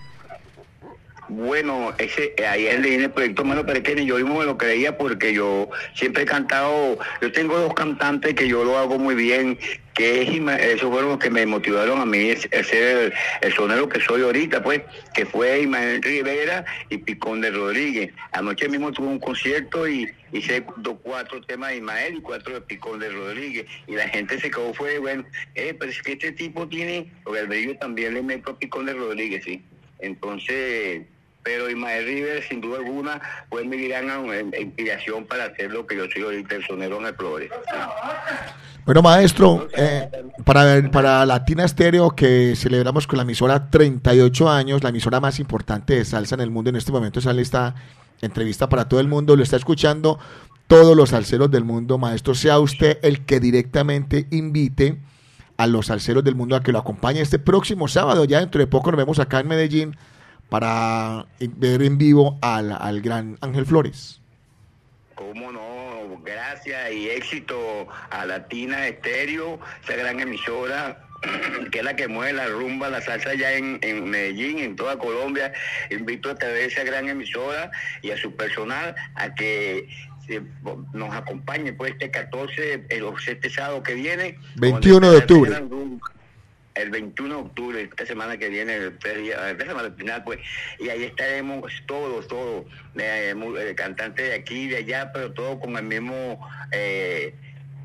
Bueno, ese ahí es el proyecto Maelo, pero es que ni yo mismo me lo creía porque yo siempre he cantado, yo tengo dos cantantes que yo lo hago muy bien, que es, esos fueron los que me motivaron a mí a ser el, el sonero que soy ahorita, pues, que fue Ismael Rivera y Picón de Rodríguez. Anoche mismo tuve un concierto y hice dos, cuatro temas de Ismael y cuatro de Picón de Rodríguez, y la gente se quedó, fue, bueno, eh, pero es que este tipo tiene, porque al brillo también le meto a Picón de Rodríguez, sí. Entonces, pero Ismael Rivera, sin duda alguna, fue mi gran inspiración para hacer lo que yo soy ahorita, el sonero Ángel Flores. Bueno, maestro, eh, para, para Latina Estéreo, que celebramos con la emisora treinta y ocho años, la emisora más importante de salsa en el mundo, en este momento sale esta entrevista para todo el mundo, lo está escuchando todos los salseros del mundo. Maestro, sea usted el que directamente invite a los salseros del mundo a que lo acompañe este próximo sábado, ya dentro de poco nos vemos acá en Medellín, para ver en vivo al, al gran Ángel Flores. Cómo no, gracias y éxito a Latina Estéreo, esa gran emisora que es la que mueve la rumba, la salsa allá en, en Medellín, en toda Colombia. Invito a través de esa gran emisora y a su personal a que se, nos acompañe pues este catorce, el, este sábado que viene, veintiuno de octubre. El veintiuno de octubre, esta semana que viene, esta semana al final, pues, y ahí estaremos todos, todos, eh, eh, cantantes de aquí y de allá, pero todos con el mismo eh,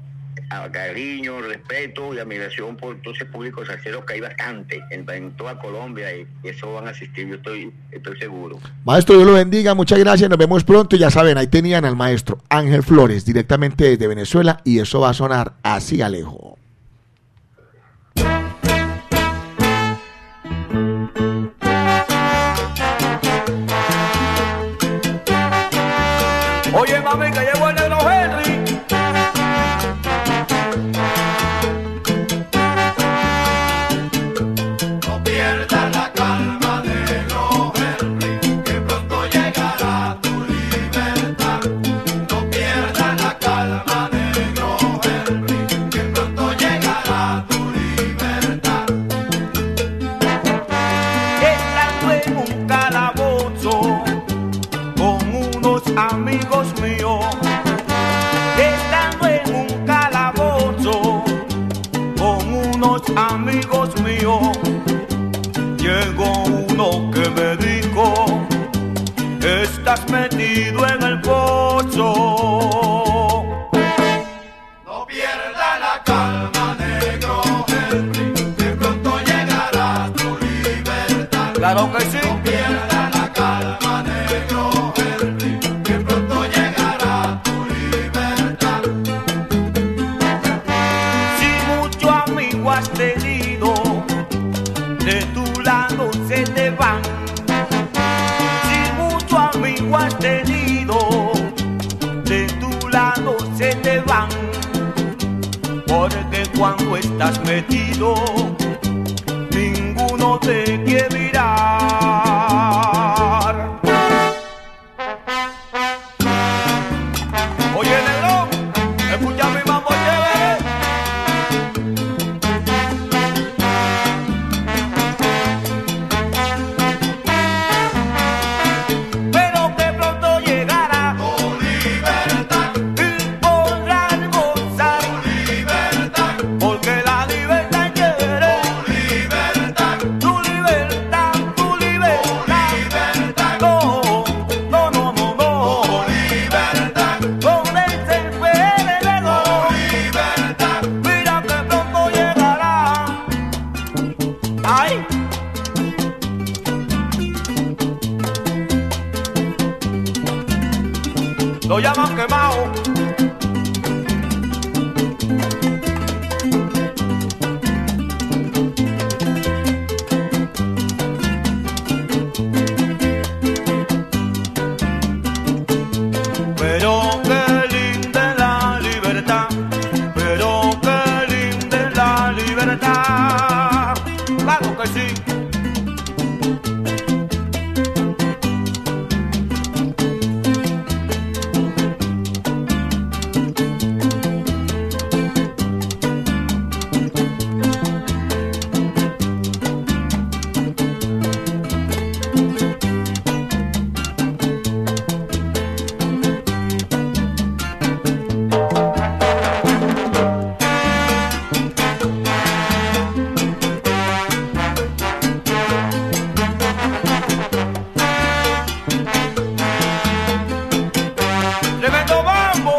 cariño, respeto y admiración por todo ese público salsero, que hay bastante en, en toda Colombia, y, y eso van a asistir, yo estoy, estoy seguro. Maestro, Dios lo bendiga, muchas gracias, nos vemos pronto. Ya saben, ahí tenían al maestro Ángel Flores, directamente desde Venezuela, y eso va a sonar así, Alejo. Oye, mami, que llegó el negro Henry. No pierdas la calma, negro Henry, que pronto llegará tu libertad. No pierdas la calma, negro Henry, que pronto llegará tu libertad. Estando en un calabozo con unos amigos míos, estando en un calabozo con unos amigos míos, llegó uno que me dijo, estás metido en el pozo. No pierdas la calma, negro Henry, que pronto llegará tu libertad. Claro que sí. No pierdas la calma, negro Henry, que pronto llegará tu libertad. Si mucho amigo has tenido, de tu lado se te van. Si mucho amigo has tenido, de tu lado se te van. Porque cuando estás metido, ninguno te quiere mirar. Oye, negro, escucha mi mambo chévere. Pero que pronto llegará Tu libertad, y podrás gozar tu libertad, porque la libertad quiere tu libertad, tu libertad, tu libertad. lo llaman quemado. Pero qué linda es la libertad, pero qué linda es la libertad. Claro que sí. Tremendo mambo.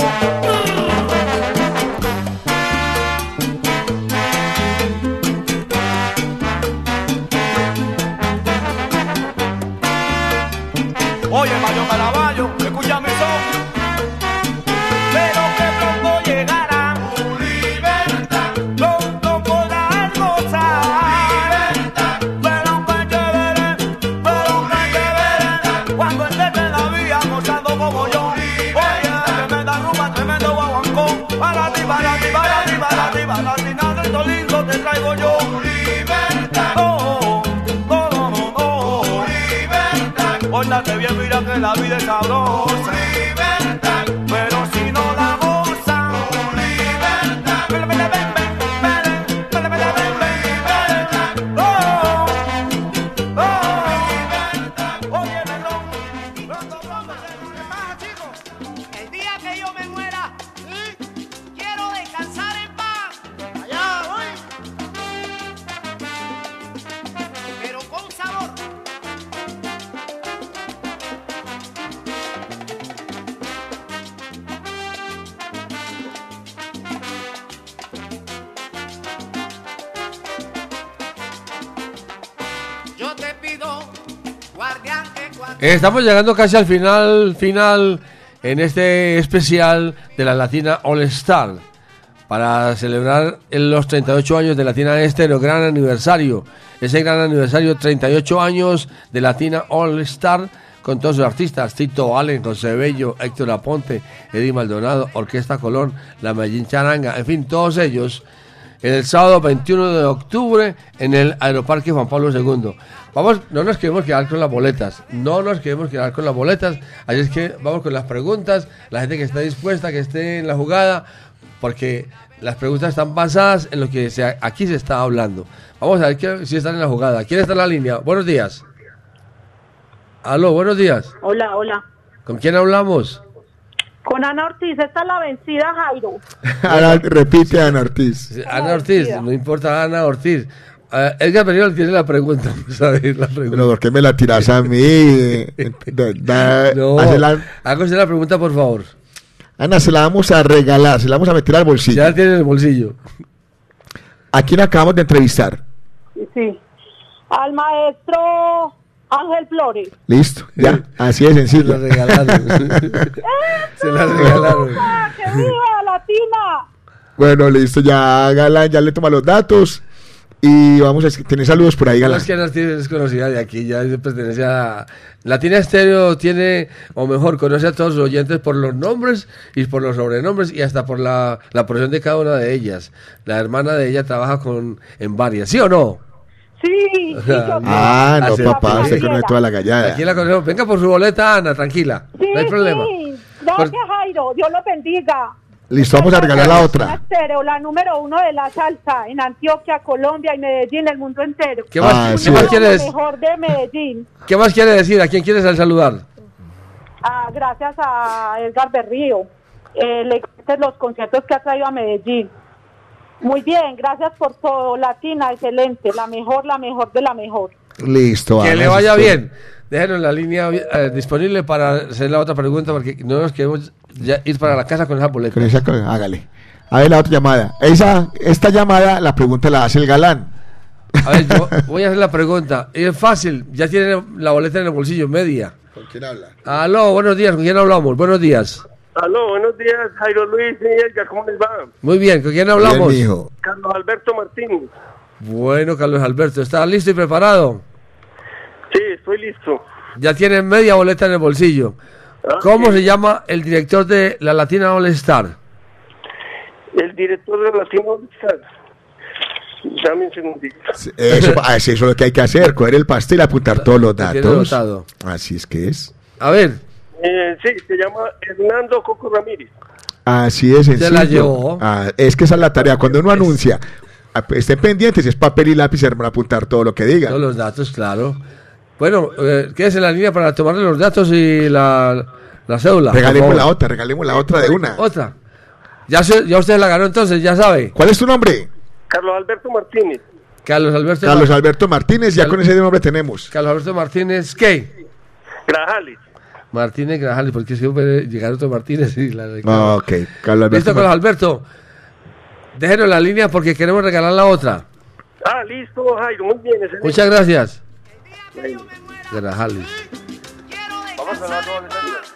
Oye, Mario Caraballo, escucha mi son. Pero que pronto llegará tu libertad, pronto podrás gozar. Libertad. Pero que chévere, pero que chévere, cuando estés en la vía gozando como yo. Oye, tremenda rumba, tremendo guaguancón. Para ti, para ti, para ti, para ti, para ti, nada de esto lindo te traigo yo. Libertad. Oh, oh, oh, oh, oh. Libertad. Pórtate bien, mira que la vida es sabrosa. Libertad. Pero si no la gozan, libertad. Vele, vele, ven, ven, vele, vele, vele, ven, ven, vele. Oh, oh, oye, negrón, pronto, pronto, ¿qué pasa, chicos? El día que yo me muera, quiero descansar en paz. Allá voy. Pero con sabor. Yo te pido, guardián, que cuando... Estamos llegando casi al final, final en este especial de la Latina All Star para celebrar en los treinta y ocho años de Latina Estéreo, gran aniversario, ese gran aniversario, treinta y ocho años de Latina All Star con todos sus artistas, Tito Allen, José Bello, Héctor Aponte, Eddie Maldonado, Orquesta Colón, la Medellín Charanga, en fin, todos ellos el sábado veintiuno de octubre en el Aeroparque Juan Pablo segundo. Vamos, no nos queremos quedar con las boletas, no nos queremos quedar con las boletas, así es que vamos con las preguntas, la gente que está dispuesta, que esté en la jugada, porque las preguntas están basadas en lo que se, aquí se está hablando. Vamos a ver que, si están en la jugada. ¿Quién está en la línea? Buenos días. Aló, buenos días. Hola, hola. ¿Con quién hablamos? Con Ana Ortiz, esta es la vencida, Jairo. Ana, repite Ana Ortiz. Ana Ortiz, no importa Ana Ortiz. Uh, Edgar Benito tiene la pregunta. Vamos a ver la pregunta. Pero ¿por qué me la tiras a mí? Da, da, no, la... hágase la pregunta, por favor. Ana, se la vamos a regalar, se la vamos a meter al bolsillo. Ya la tiene en el bolsillo. ¿A quién acabamos de entrevistar? Sí. Al maestro Ángel Flores. Listo, ya, así de sencillo. Se la regalaron. Se la regalaron. ¡Que viva Latina! Bueno, listo, ya Galán ya le toma los datos. Y vamos a tener saludos por ahí, Galán. No, es que Ana Ortiz es conocida de aquí, ya pertenece a... Latina Estéreo tiene, o mejor, conoce a todos los oyentes por los nombres y por los sobrenombres y hasta por la, la profesión de cada una de ellas. La hermana de ella trabaja con en varias, ¿sí o no? Sí. Ah, no, papá, usted conoce toda la gallada. Aquí la conocemos. Venga por su boleta, Ana, tranquila. Sí, no hay problema. Sí. Gracias, por... Jairo. Dios lo bendiga. Listo, vamos a regalar la otra. Estéreo, la número uno de la salsa en Antioquia, Colombia y Medellín, el mundo entero. ¿Qué más, ah, ¿qué sí. más quiere decir? Mejor de Medellín. ¿Qué más quiere decir? ¿A quién quieres saludar? Ah, gracias a Edgar Berrío. Eh, le los conciertos que ha traído a Medellín. Muy bien, gracias por todo, Latina, excelente, la mejor, la mejor de la mejor. Listo. Que Ana, le vaya estoy... bien. Déjenos la línea eh, disponible para hacer la otra pregunta porque no nos queremos ya ir para la casa con esa boleta. Con esa, con, hágale. A ver la otra llamada. Esa, esta llamada, la pregunta la hace el Galán. A ver, yo voy a hacer la pregunta. Es fácil, ya tiene la boleta en el bolsillo, media. ¿Con quién habla? Aló, buenos días, ¿con quién hablamos? Buenos días. Aló, buenos días, Jairo Luis y Edgar, ¿cómo les va? Muy bien, ¿con quién hablamos? Bien, mijo. Carlos Alberto Martínez. Bueno, Carlos Alberto, ¿estás listo y preparado? Sí, estoy listo. Ya tienes media boleta en el bolsillo. Ah, ¿Cómo sí. se llama el director de la Latina All Star? El director de Latino All Star. Dame un segundito. Eso, ah, eso es lo que hay que hacer, coger el pastel y apuntar todos los Lo tiene datos. anotado. Así es que es. A ver, Eh, sí, se llama Hernando Coco Ramírez. Así es sencillo. Se la llevó. Ah, es que esa es la tarea. Cuando uno anuncia, ah, estén pendientes, si es papel y lápiz, hermano, apuntar todo lo que diga. todos los datos, claro. Bueno, eh, quédese en la línea para tomarle los datos y la, la cédula. por Regalemos favor. la otra, regalemos la otra de una. Otra. Ya, se- ya usted la ganó entonces, ya sabe. ¿Cuál es tu nombre? Carlos Alberto Martínez. Carlos Alberto Carlos Mar- Alberto Martínez, ya Cal- con ese nombre tenemos. Carlos Alberto Martínez, ¿qué? Grajales. Martínez Grajales, porque si puede llegar otro Martínez y la Ah, ok, Carlos Alberto. Listo, Carlos Mar- Alberto. Déjenos la línea porque queremos regalar la otra. Ah, listo, Jairo, muy bien. excelente. Muchas gracias. Bueno. Grajales. Vamos a la doble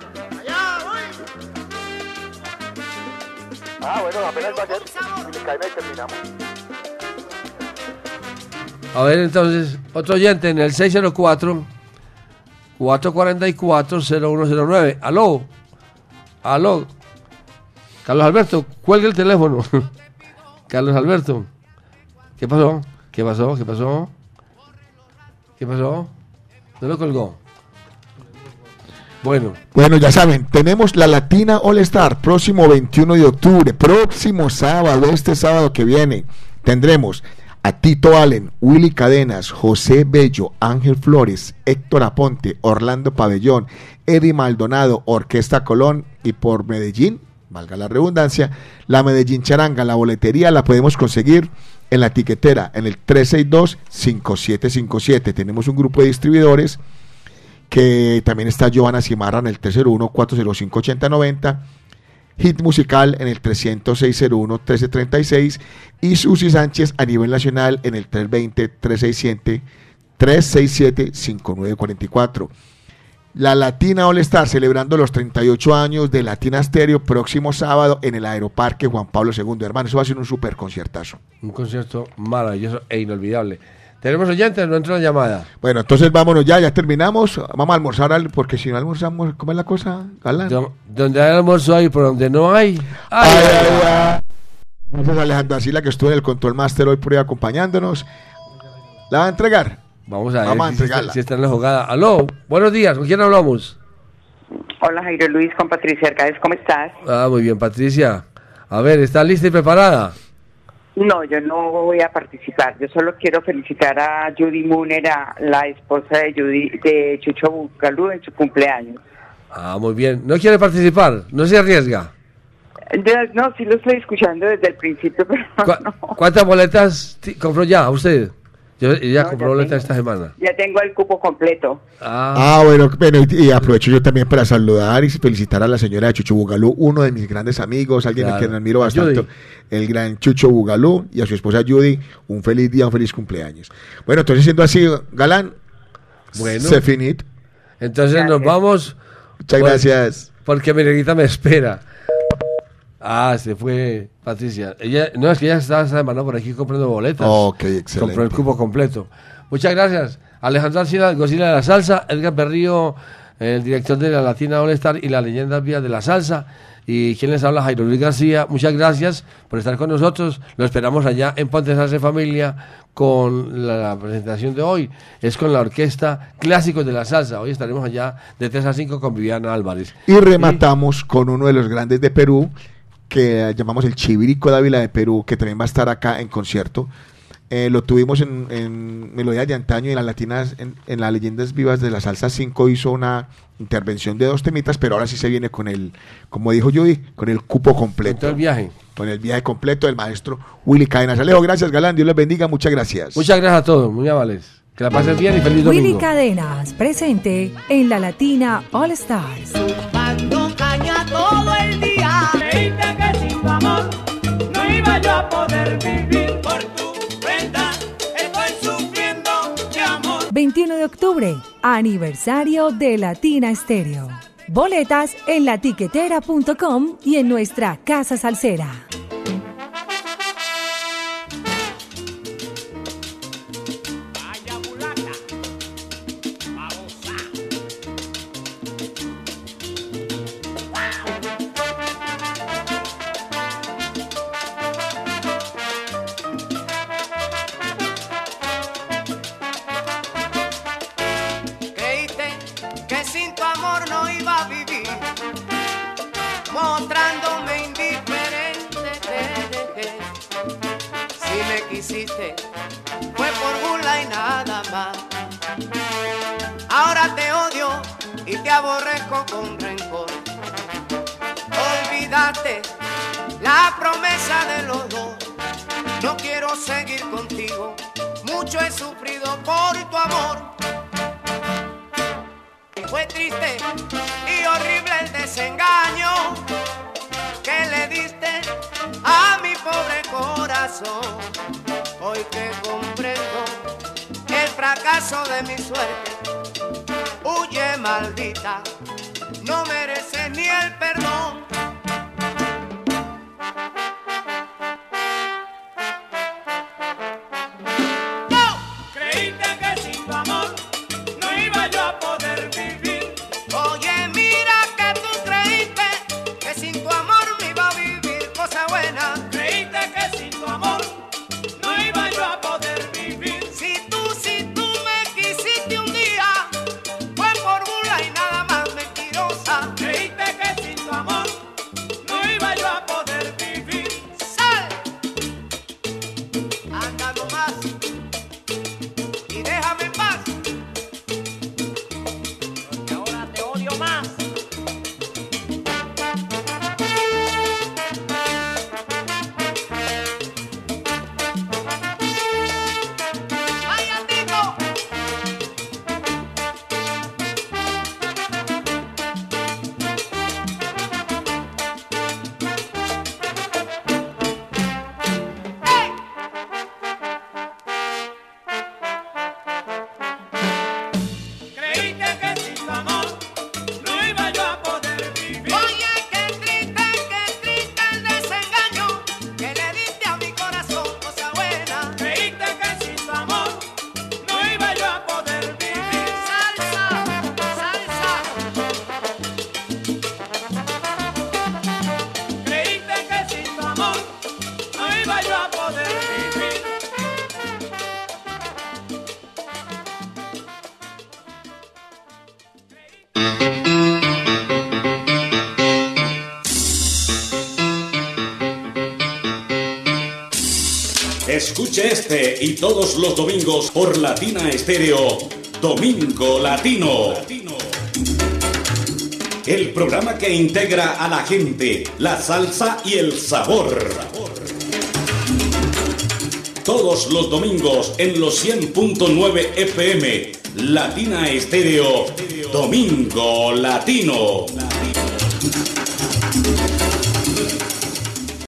Ah, bueno, apenas va a ser. Y le cae y terminamos. A ver, entonces, otro oyente en el seis cero cuatro, cuatro cuatro cuatro, cero uno cero nueve. Aló. Aló. Carlos Alberto, cuelga el teléfono. Carlos Alberto. ¿Qué pasó? ¿Qué pasó? ¿Qué pasó? ¿Qué pasó? ¿No lo colgó? Bueno. Bueno, ya saben, tenemos la Latina All Star próximo veintiuno de octubre, próximo sábado, este sábado que viene. Tendremos a Tito Allen, Willy Cadenas, José Bello, Ángel Flores, Héctor Aponte, Orlando Pabellón, Eddie Maldonado, Orquesta Colón y por Medellín, valga la redundancia, la Medellín Charanga. La boletería la podemos conseguir en la tiquetera, en el tres seis dos, cinco siete cinco siete. Tenemos un grupo de distribuidores que también está Giovanna Cimarra en el tres cero uno, cuatro cero cinco, ocho cero nueve cero, Hit Musical en el trescientos, seis cero uno, trece treinta y seis y Susi Sánchez a nivel nacional en el tres veinte, tres seis siete, tres seis siete, cinco nueve cuatro cuatro. La Latina All Star celebrando los treinta y ocho años de Latina Stereo próximo sábado en el Aeroparque Juan Pablo segundo. Hermano, eso va a ser un super conciertazo. Un concierto maravilloso e inolvidable. ¿Tenemos oyentes? No entra la llamada. Bueno, entonces vámonos ya, ya terminamos. Vamos a almorzar, al- porque si no almorzamos, ¿cómo es la cosa, Galán? Do- donde hay almuerzo hay, por donde no hay. Ay, ay, ay. Gracias a Alejandro Arcila, que estuvo en el Control Master hoy por ahí acompañándonos. ¿La va a entregar? Vamos a ver Vamos a si, está, entregarla. si está en la jugada. Aló, buenos días, ¿con quién hablamos? Hola Jairo Luis, con Patricia Arcáez, ¿cómo estás? Ah, muy bien, Patricia. A ver, ¿está lista y preparada? No, yo no voy a participar, yo solo quiero felicitar a Judy Muner, a la esposa de Judy, de Chucho Bugalú, en su cumpleaños. Ah, muy bien. ¿No quiere participar? ¿No se arriesga? Yo- no, sí lo estoy escuchando desde el principio, pero no, ¿Cuántas boletas ti- compró ya usted? Yo ya No, compró ya boletas tengo. esta semana. ya tengo el cupo completo. Ah, Ah, bueno, bueno, y, y aprovecho yo también para saludar y felicitar a la señora de Chucho Bugalú, uno de mis grandes amigos, alguien Claro. a quien admiro A bastante, Judy. el gran Chucho Bugalú, y a su esposa Judy, un feliz día, un feliz cumpleaños. Bueno, entonces siendo así, Galán, bueno. se finit. Entonces Gracias. nos vamos. Muchas Por- gracias. Porque mi negrita me espera. Ah, se fue Patricia. Ella, no, es que ella estaba esta semana por aquí comprando boletas. Ok, excelente. Compró el cupo completo. Muchas gracias. Alejandro Arcila, Gocila de la Salsa, Edgar Berrío, el director de la Latina All Star y la leyenda vía de la salsa. Y quien les habla, Jairo Luis García. Muchas gracias por estar con nosotros. Lo esperamos allá en Ponte Salsa Familia con la, la presentación de hoy. Es con la orquesta Clásicos de la Salsa. Hoy estaremos allá de tres a cinco con Viviana Álvarez. Y rematamos con uno de los grandes de Perú, que llamamos el Chivirico Dávila de Perú, que también va a estar acá en concierto. Eh, lo tuvimos en, en Melodías de Antaño y en las latinas, en, en las Leyendas Vivas de la Salsa cinco hizo una intervención de dos temitas, pero ahora sí se viene con el, como dijo Judy, con el cupo completo. Con todo el viaje. Con el viaje completo del maestro Willy Cadenas. Alejo, gracias Galán, Dios les bendiga, muchas gracias. Muchas gracias a todos, muy amables. Que la pasen bien y feliz domingo. Willy Cadenas, presente en la Latina All Stars. Dando caña todo el día. Creíste que sin tu amor no iba yo a poder vivir. Por tu cuenta estoy sufriendo de amor. veintiuno de octubre, aniversario de Latina Stereo. Boletas en la tiquetera punto com y en nuestra Casa Salsera. Mostrándome indiferente, te dejé. Si me quisiste, fue por burla y nada más. Ahora te odio y te aborrezco con rencor. Olvídate la promesa de los dos. No quiero seguir contigo, mucho he sufrido por tu amor. Fue triste y horrible el desengaño que le diste a mi pobre corazón. Hoy que comprendo el fracaso de mi suerte, huye maldita, no mereces ni el perdón. Escuche este y todos los domingos por Latina Estéreo, Domingo Latino. El programa que integra a la gente, la salsa y el sabor. Todos los domingos en los cien punto nueve F M, Latina Estéreo, Domingo Latino.